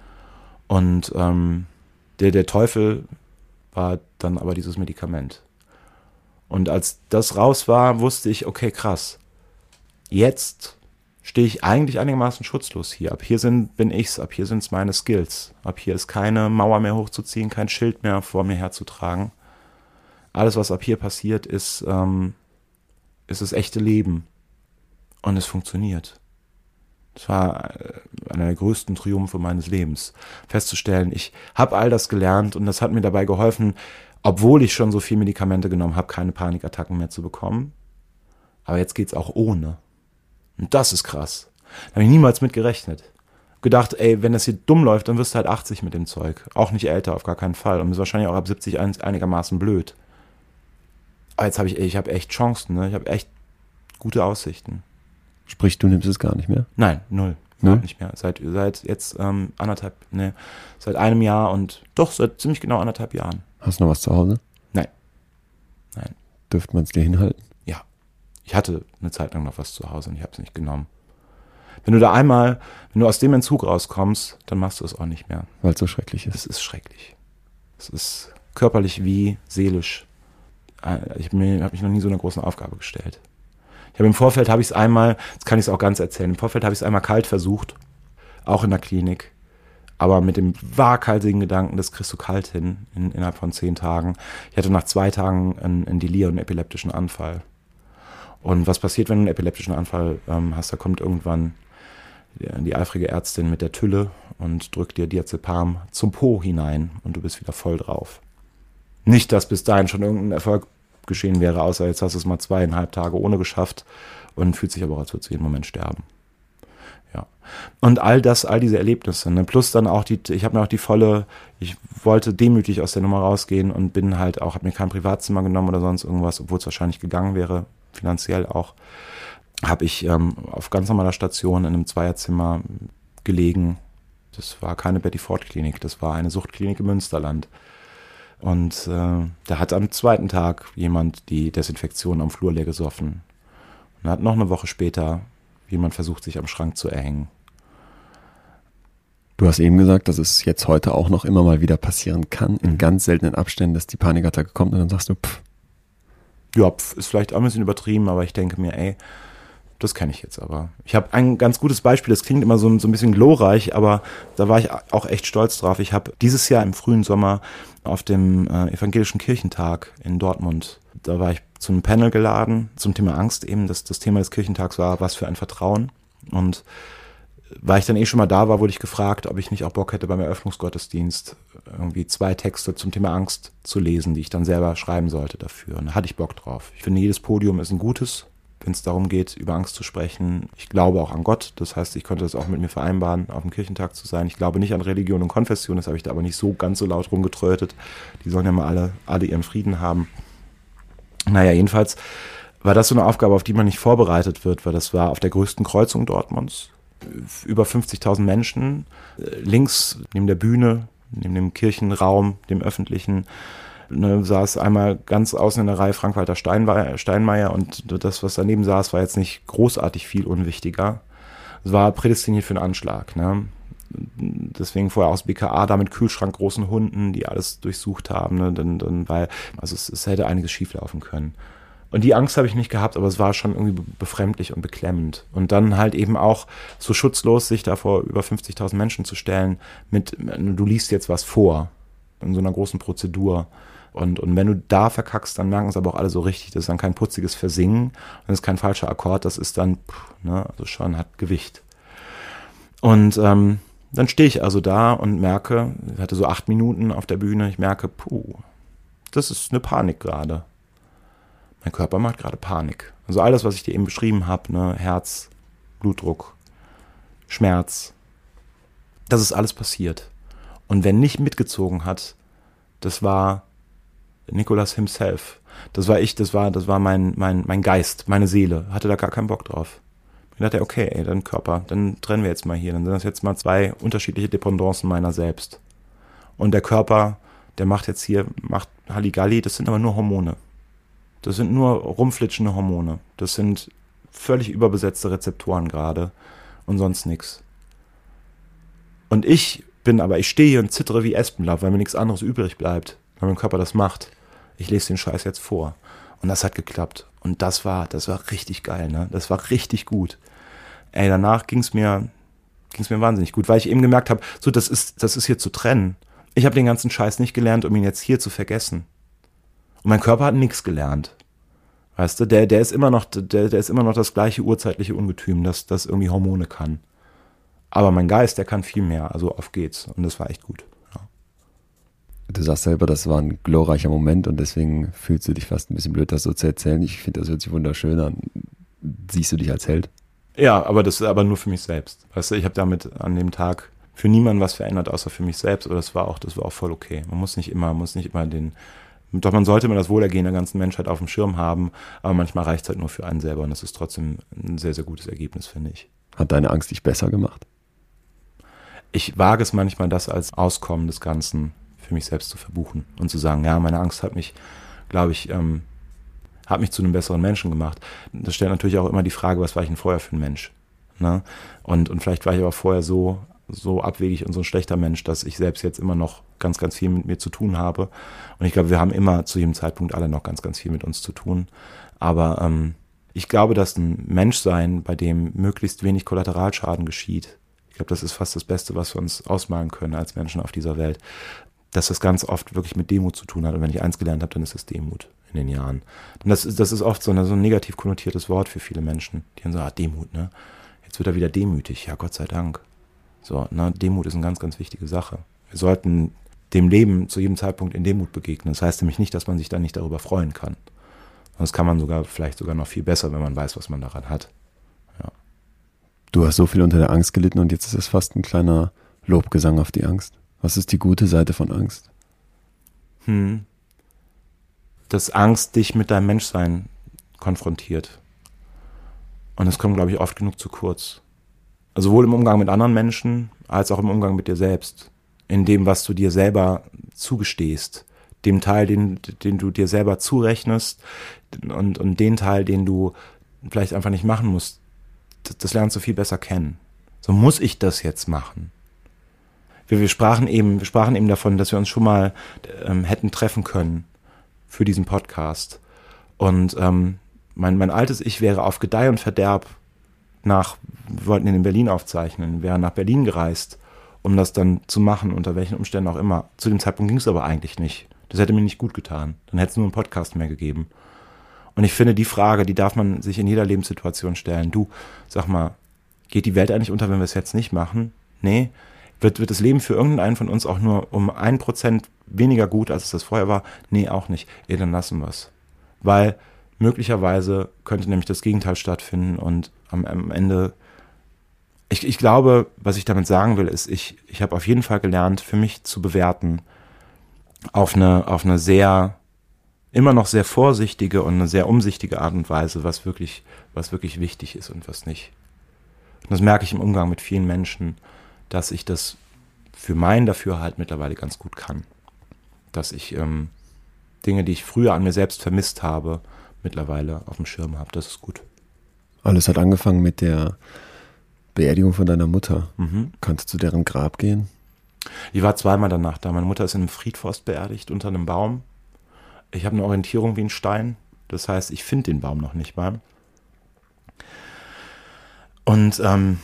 Und der Teufel war dann aber dieses Medikament. Und als das raus war, wusste ich, okay, krass, jetzt stehe ich eigentlich einigermaßen schutzlos hier. Ab hier bin ich's, ab hier sind's meine Skills. Ab hier ist keine Mauer mehr hochzuziehen, kein Schild mehr vor mir herzutragen. Alles, was ab hier passiert, ist das echte Leben. Und es funktioniert. Das war einer der größten Triumphe meines Lebens. Festzustellen, ich habe all das gelernt und das hat mir dabei geholfen, obwohl ich schon so viel Medikamente genommen habe, keine Panikattacken mehr zu bekommen. Aber jetzt geht's auch ohne. Und das ist krass. Da habe ich niemals mit gerechnet. Gedacht, ey, wenn das hier dumm läuft, dann wirst du halt 80 mit dem Zeug. Auch nicht älter, auf gar keinen Fall. Und ist wahrscheinlich auch ab 70 einigermaßen blöd. Aber jetzt habe ich habe echt Chancen, ne? Ich habe echt gute Aussichten. Sprich, du nimmst es gar nicht mehr? Nein, null. Nicht mehr. Seit jetzt seit einem Jahr und doch seit ziemlich genau 1,5 Jahren. Hast du noch was zu Hause? Nein. Dürfte man es dir hinhalten? Ja. Ich hatte eine Zeit lang noch was zu Hause und ich habe es nicht genommen. Wenn du aus dem Entzug rauskommst, dann machst du es auch nicht mehr. Weil es so schrecklich ist. Es ist schrecklich. Es ist körperlich wie seelisch. Ich habe mich noch nie so eine große Aufgabe gestellt. Im Vorfeld habe ich es einmal, jetzt kann ich es auch ganz erzählen, im Vorfeld habe ich es einmal kalt versucht, auch in der Klinik, aber mit dem waghalsigen Gedanken, das kriegst du kalt hin, innerhalb von 10 Tagen. Ich hatte nach 2 Tagen ein Delir, einen epileptischen Anfall. Und was passiert, wenn du einen epileptischen Anfall hast? Da kommt irgendwann die eifrige Ärztin mit der Tülle und drückt dir Diazepam zum Po hinein und du bist wieder voll drauf. Nicht, dass bis dahin schon irgendein Erfolg geschehen wäre, außer jetzt hast du es mal 2,5 Tage ohne geschafft und fühlt sich aber auch, als würdest du jeden Moment sterben. Ja. Und all diese Erlebnisse, ne? Plus dann auch ich wollte demütig aus der Nummer rausgehen und bin halt auch, habe mir kein Privatzimmer genommen oder sonst irgendwas, obwohl es wahrscheinlich gegangen wäre, finanziell auch, habe ich auf ganz normaler Station in einem 2er-Zimmer gelegen. Das war keine Betty Ford Klinik, das war eine Suchtklinik im Münsterland. Und da hat am 2. Tag jemand die Desinfektion am Flur leer gesoffen. Und da hat noch eine Woche später jemand versucht, sich am Schrank zu erhängen. Du hast eben gesagt, dass es jetzt heute auch noch immer mal wieder passieren kann, in ganz seltenen Abständen, dass die Panikattacke kommt und dann sagst du, ist vielleicht auch ein bisschen übertrieben, aber ich denke mir, ey, das kenne ich jetzt aber. Ich habe ein ganz gutes Beispiel, das klingt immer so ein bisschen glorreich, aber da war ich auch echt stolz drauf. Ich habe dieses Jahr im frühen Sommer auf dem Evangelischen Kirchentag in Dortmund, da war ich zu einem Panel geladen zum Thema Angst eben. Das Thema des Kirchentags war, was für ein Vertrauen. Und weil ich dann schon mal da war, wurde ich gefragt, ob ich nicht auch Bock hätte, beim Eröffnungsgottesdienst irgendwie 2 Texte zum Thema Angst zu lesen, die ich dann selber schreiben sollte dafür. Und da hatte ich Bock drauf. Ich finde, jedes Podium ist ein gutes, wenn es darum geht, über Angst zu sprechen. Ich glaube auch an Gott. Das heißt, ich konnte das auch mit mir vereinbaren, auf dem Kirchentag zu sein. Ich glaube nicht an Religion und Konfession. Das habe ich da aber nicht so ganz so laut rumgetrötet. Die sollen ja mal alle ihren Frieden haben. Naja, jedenfalls war das so eine Aufgabe, auf die man nicht vorbereitet wird, weil das war auf der größten Kreuzung Dortmunds. Über 50.000 Menschen, links neben der Bühne, neben dem Kirchenraum, dem öffentlichen, saß einmal ganz außen in der Reihe Frank-Walter Steinmeier und das, was daneben saß, war jetzt nicht großartig viel unwichtiger. Es war prädestiniert für einen Anschlag. Ne? Deswegen vorher aus BKA da mit Kühlschrank großen Hunden, die alles durchsucht haben, ne? Weil es hätte einiges schieflaufen können. Und die Angst habe ich nicht gehabt, aber es war schon irgendwie befremdlich und beklemmend. Und dann halt eben auch so schutzlos, sich da vor über 50.000 Menschen zu stellen du liest jetzt was vor, in so einer großen Prozedur. Und wenn du da verkackst, dann merken es aber auch alle so richtig. Das ist dann kein putziges Versingen, das ist kein falscher Akkord, das ist dann, also schon hat Gewicht. Und dann stehe ich also da und merke, ich hatte so 8 Minuten auf der Bühne, ich merke, das ist eine Panik gerade. Mein Körper macht gerade Panik. Also alles, was ich dir eben beschrieben habe, ne, Herz, Blutdruck, Schmerz, das ist alles passiert. Und wer nicht mitgezogen hat, das war Nicolas himself. Das war ich, das war mein Geist, meine Seele. Hatte da gar keinen Bock drauf. Ich dachte, okay, dann Körper, dann trennen wir jetzt mal hier. Dann sind das jetzt mal 2 unterschiedliche Dependancen meiner selbst. Und der Körper, der macht Halligalli, das sind aber nur Hormone. Das sind nur rumflitschende Hormone. Das sind völlig überbesetzte Rezeptoren gerade und sonst nichts. Und ich stehe hier und zittere wie Espenlaub, weil mir nichts anderes übrig bleibt, weil mein Körper das macht. Ich lese den Scheiß jetzt vor. Und das hat geklappt. Und das war richtig geil, ne? Das war richtig gut. Danach ging's mir wahnsinnig gut, weil ich eben gemerkt habe, so, das ist hier zu trennen. Ich habe den ganzen Scheiß nicht gelernt, um ihn jetzt hier zu vergessen. Und mein Körper hat nichts gelernt. Weißt du, der ist immer noch das gleiche urzeitliche Ungetüm, das irgendwie Hormone kann. Aber mein Geist, der kann viel mehr. Also auf geht's. Und das war echt gut. Ja. Du sagst selber, das war ein glorreicher Moment und deswegen fühlst du dich fast ein bisschen blöd, das so zu erzählen. Ich finde, das hört sich wunderschön an. Siehst du dich als Held? Ja, aber das ist aber nur für mich selbst. Weißt du, ich habe damit an dem Tag für niemanden was verändert, außer für mich selbst. Aber das war auch voll okay. Man muss nicht immer doch man sollte immer das Wohlergehen der ganzen Menschheit auf dem Schirm haben, aber manchmal reicht es halt nur für einen selber und das ist trotzdem ein sehr, sehr gutes Ergebnis, finde ich. Hat deine Angst dich besser gemacht? Ich wage es manchmal, das als Auskommen des Ganzen für mich selbst zu verbuchen und zu sagen, ja, meine Angst hat mich, glaube ich, hat mich zu einem besseren Menschen gemacht. Das stellt natürlich auch immer die Frage, was war ich denn vorher für ein Mensch? Ne? Und vielleicht war ich aber vorher so abwegig und so ein schlechter Mensch, dass ich selbst jetzt immer noch ganz, ganz viel mit mir zu tun habe. Und ich glaube, wir haben immer zu jedem Zeitpunkt alle noch ganz, ganz viel mit uns zu tun. Aber ich glaube, dass ein Menschsein, bei dem möglichst wenig Kollateralschaden geschieht, ich glaube, das ist fast das Beste, was wir uns ausmalen können als Menschen auf dieser Welt, dass das ganz oft wirklich mit Demut zu tun hat. Und wenn ich eins gelernt habe, dann ist es Demut in den Jahren. Und das ist oft so ein negativ konnotiertes Wort für viele Menschen. Die dann so, Demut, ne? Jetzt wird er wieder demütig. Ja, Gott sei Dank. So, Demut ist eine ganz, ganz wichtige Sache. Wir sollten dem Leben zu jedem Zeitpunkt in Demut begegnen. Das heißt nämlich nicht, dass man sich dann nicht darüber freuen kann. Das kann man vielleicht sogar noch viel besser, wenn man weiß, was man daran hat. Ja. Du hast so viel unter der Angst gelitten und jetzt ist es fast ein kleiner Lobgesang auf die Angst. Was ist die gute Seite von Angst? Dass Angst dich mit deinem Menschsein konfrontiert. Und es kommt, glaube ich, oft genug zu kurz. Also sowohl im Umgang mit anderen Menschen, als auch im Umgang mit dir selbst. In dem, was du dir selber zugestehst. Dem Teil, den du dir selber zurechnest und den Teil, den du vielleicht einfach nicht machen musst. Das lernst du viel besser kennen. So, muss ich das jetzt machen? Wir sprachen eben davon, dass wir uns schon mal hätten treffen können für diesen Podcast. Und mein altes Ich wäre auf Gedeih und Verderb wir wollten ihn in Berlin aufzeichnen, wäre nach Berlin gereist, um das dann zu machen, unter welchen Umständen auch immer. Zu dem Zeitpunkt ging es aber eigentlich nicht. Das hätte mir nicht gut getan. Dann hätte es nur einen Podcast mehr gegeben. Und ich finde, die Frage, die darf man sich in jeder Lebenssituation stellen. Du, sag mal, Geht die Welt eigentlich unter, wenn wir es jetzt nicht machen? Nee. Wird das Leben für irgendeinen von uns auch nur um 1% weniger gut, als es das vorher war? Nee, auch nicht. Dann lassen wir es. Weil möglicherweise könnte nämlich das Gegenteil stattfinden und am Ende, ich glaube, was ich damit sagen will, ist, ich habe auf jeden Fall gelernt, für mich zu bewerten, auf eine sehr, immer noch sehr vorsichtige und eine sehr umsichtige Art und Weise, was wirklich wichtig ist und was nicht. Und das merke ich im Umgang mit vielen Menschen, dass ich das für mein Dafürhalten mittlerweile ganz gut kann. Dass ich Dinge, die ich früher an mir selbst vermisst habe, mittlerweile auf dem Schirm habe. Das ist gut. Alles hat angefangen mit der Beerdigung von deiner Mutter. Kannst du zu deren Grab gehen? Ich war zweimal danach da. Meine Mutter ist in einem Friedforst beerdigt, unter einem Baum. Ich habe eine Orientierung wie ein Stein. Das heißt, ich finde den Baum noch nicht mal. Und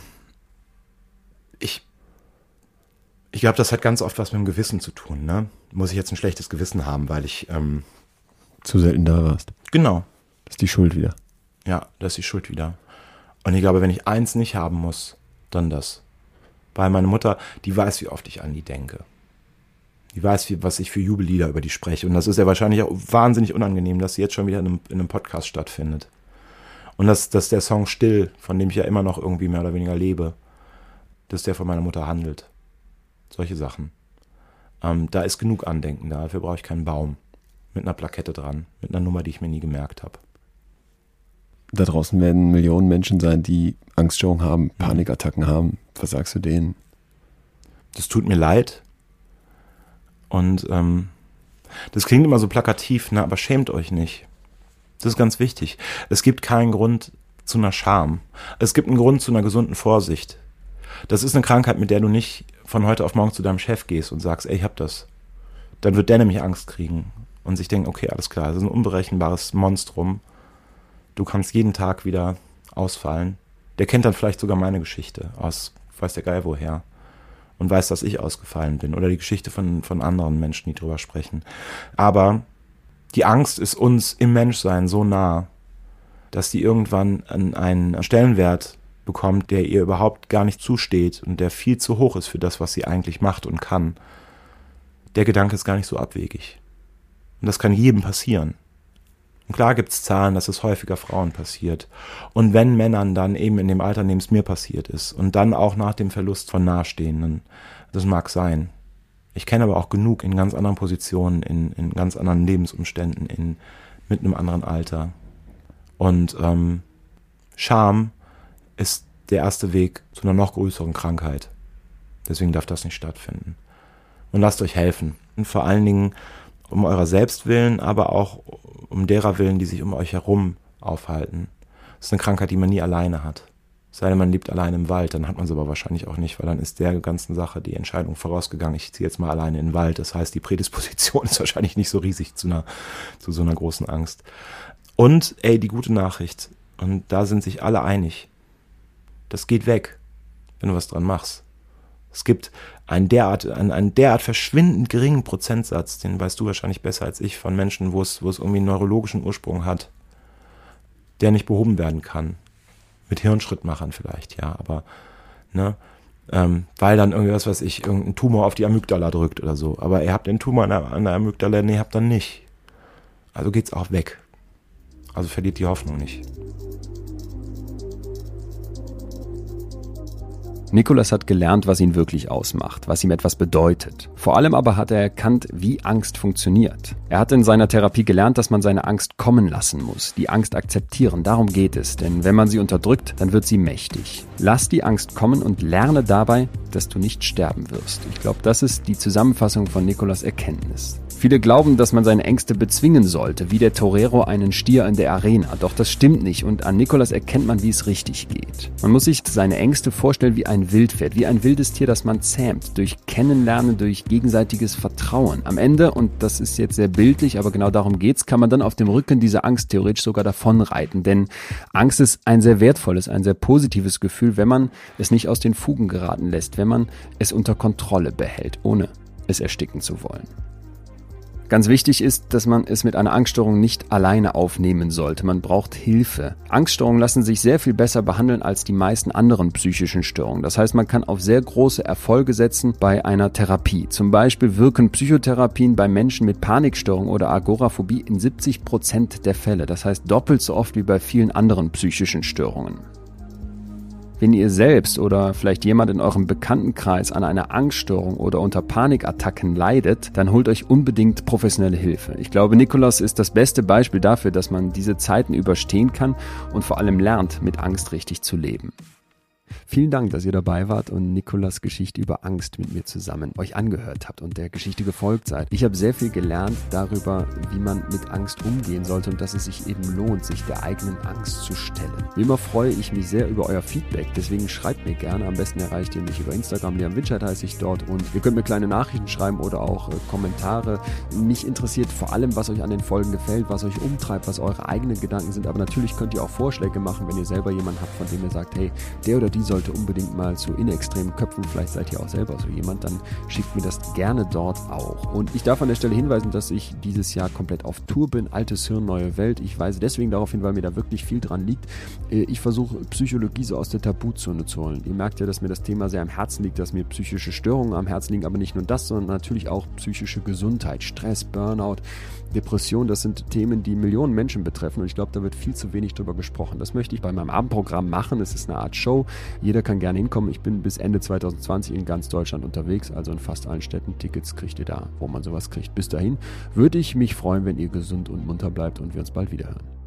ich glaube, das hat ganz oft was mit dem Gewissen zu tun. Ne? Muss ich jetzt ein schlechtes Gewissen haben, weil ich zu selten da warst. Genau. Das ist die Schuld wieder. Ja, das ist die Schuld wieder. Und ich glaube, wenn ich eins nicht haben muss, dann das. Weil meine Mutter, die weiß, wie oft ich an die denke. Die weiß, was ich für Jubellieder über die spreche. Und das ist ja wahrscheinlich auch wahnsinnig unangenehm, dass sie jetzt schon wieder in einem Podcast stattfindet. Und dass der Song Still, von dem ich ja immer noch irgendwie mehr oder weniger lebe, dass der von meiner Mutter handelt. Solche Sachen. Da ist genug Andenken da. Dafür brauche ich keinen Baum. Mit einer Plakette dran. Mit einer Nummer, die ich mir nie gemerkt habe. Da draußen werden Millionen Menschen sein, die Angststörungen haben, Panikattacken haben. Was sagst du denen? Das tut mir leid. Und das klingt immer so plakativ, ne? Aber schämt euch nicht. Das ist ganz wichtig. Es gibt keinen Grund zu einer Scham. Es gibt einen Grund zu einer gesunden Vorsicht. Das ist eine Krankheit, mit der du nicht von heute auf morgen zu deinem Chef gehst und sagst, ey, ich hab das. Dann wird der nämlich Angst kriegen und sich denken, okay, alles klar, das ist ein unberechenbares Monstrum. Du kannst jeden Tag wieder ausfallen. Der kennt dann vielleicht sogar meine Geschichte aus, weiß der Geil woher. Und weiß, dass ich ausgefallen bin. Oder die Geschichte von anderen Menschen, die drüber sprechen. Aber die Angst ist uns im Menschsein so nah, dass die irgendwann einen Stellenwert bekommt, der ihr überhaupt gar nicht zusteht und der viel zu hoch ist für das, was sie eigentlich macht und kann. Der Gedanke ist gar nicht so abwegig. Und das kann jedem passieren. Und klar gibt es Zahlen, dass es häufiger Frauen passiert. Und wenn Männern dann eben in dem Alter, in dem es mir passiert ist und dann auch nach dem Verlust von Nahestehenden, das mag sein. Ich kenne aber auch genug in ganz anderen Positionen, in ganz anderen Lebensumständen, mit einem anderen Alter. Und Scham ist der erste Weg zu einer noch größeren Krankheit. Deswegen darf das nicht stattfinden. Und lasst euch helfen. Und vor allen Dingen um eurer selbst willen, aber auch um derer willen, die sich um euch herum aufhalten. Das ist eine Krankheit, die man nie alleine hat. Es sei denn, man lebt alleine im Wald, dann hat man es aber wahrscheinlich auch nicht, weil dann ist der ganzen Sache die Entscheidung vorausgegangen, ich ziehe jetzt mal alleine in den Wald. Das heißt, die Prädisposition ist wahrscheinlich nicht so riesig zu so einer großen Angst. Und, die gute Nachricht, und da sind sich alle einig, das geht weg, wenn du was dran machst. Es gibt einen derart verschwindend geringen Prozentsatz, den weißt du wahrscheinlich besser als ich, von Menschen, wo es irgendwie einen neurologischen Ursprung hat, der nicht behoben werden kann. Mit Hirnschrittmachern vielleicht, ja, aber ne, weil dann irgendwas, irgendein Tumor auf die Amygdala drückt oder so. Aber ihr habt den Tumor an der Amygdala, nee, habt dann nicht. Also geht's auch weg. Also verliert die Hoffnung nicht. Nicolas hat gelernt, was ihn wirklich ausmacht, was ihm etwas bedeutet. Vor allem aber hat er erkannt, wie Angst funktioniert. Er hat in seiner Therapie gelernt, dass man seine Angst kommen lassen muss, die Angst akzeptieren. Darum geht es, denn wenn man sie unterdrückt, dann wird sie mächtig. Lass die Angst kommen und lerne dabei, dass du nicht sterben wirst. Ich glaube, das ist die Zusammenfassung von Nicolas' Erkenntnis. Viele glauben, dass man seine Ängste bezwingen sollte, wie der Torero einen Stier in der Arena. Doch das stimmt nicht und an Nicolas erkennt man, wie es richtig geht. Man muss sich seine Ängste vorstellen wie ein Wildpferd, wie ein wildes Tier, das man zähmt, durch Kennenlernen, durch gegenseitiges Vertrauen. Am Ende, und das ist jetzt sehr bildlich, aber genau darum geht's, kann man dann auf dem Rücken dieser Angst theoretisch sogar davonreiten. Denn Angst ist ein sehr wertvolles, ein sehr positives Gefühl, wenn man es nicht aus den Fugen geraten lässt, wenn man es unter Kontrolle behält, ohne es ersticken zu wollen. Ganz wichtig ist, dass man es mit einer Angststörung nicht alleine aufnehmen sollte. Man braucht Hilfe. Angststörungen lassen sich sehr viel besser behandeln als die meisten anderen psychischen Störungen. Das heißt, man kann auf sehr große Erfolge setzen bei einer Therapie. Zum Beispiel wirken Psychotherapien bei Menschen mit Panikstörung oder Agoraphobie in 70% der Fälle. Das heißt doppelt so oft wie bei vielen anderen psychischen Störungen. Wenn ihr selbst oder vielleicht jemand in eurem Bekanntenkreis an einer Angststörung oder unter Panikattacken leidet, dann holt euch unbedingt professionelle Hilfe. Ich glaube, Nikolaus ist das beste Beispiel dafür, dass man diese Zeiten überstehen kann und vor allem lernt, mit Angst richtig zu leben. Vielen Dank, dass ihr dabei wart und Nikolaus Geschichte über Angst mit mir zusammen euch angehört habt und der Geschichte gefolgt seid. Ich habe sehr viel gelernt darüber, wie man mit Angst umgehen sollte und dass es sich eben lohnt, sich der eigenen Angst zu stellen. Wie immer freue ich mich sehr über euer Feedback, deswegen schreibt mir gerne. Am besten erreicht ihr mich über Instagram, Leon Winscheid heiße ich dort, und ihr könnt mir kleine Nachrichten schreiben oder auch Kommentare. Mich interessiert vor allem, was euch an den Folgen gefällt, was euch umtreibt, was eure eigenen Gedanken sind, aber natürlich könnt ihr auch Vorschläge machen, wenn ihr selber jemanden habt, von dem ihr sagt, hey, der oder die sollte unbedingt mal zu In extremen Köpfen, vielleicht seid ihr auch selber so jemand, dann schickt mir das gerne dort auch. Und ich darf an der Stelle hinweisen, dass ich dieses Jahr komplett auf Tour bin, Altes Hirn, neue Welt. Ich weise deswegen darauf hin, weil mir da wirklich viel dran liegt. Ich versuche Psychologie so aus der Tabuzone zu holen. Ihr merkt ja, dass mir das Thema sehr am Herzen liegt, dass mir psychische Störungen am Herzen liegen, aber nicht nur das, sondern natürlich auch psychische Gesundheit, Stress, Burnout, Depression, das sind Themen, die Millionen Menschen betreffen und ich glaube, da wird viel zu wenig drüber gesprochen. Das möchte ich bei meinem Abendprogramm machen. Es ist eine Art Show. Jeder kann gerne hinkommen. Ich bin bis Ende 2020 in ganz Deutschland unterwegs, also in fast allen Städten. Tickets kriegt ihr da, wo man sowas kriegt. Bis dahin würde ich mich freuen, wenn ihr gesund und munter bleibt und wir uns bald wieder hören.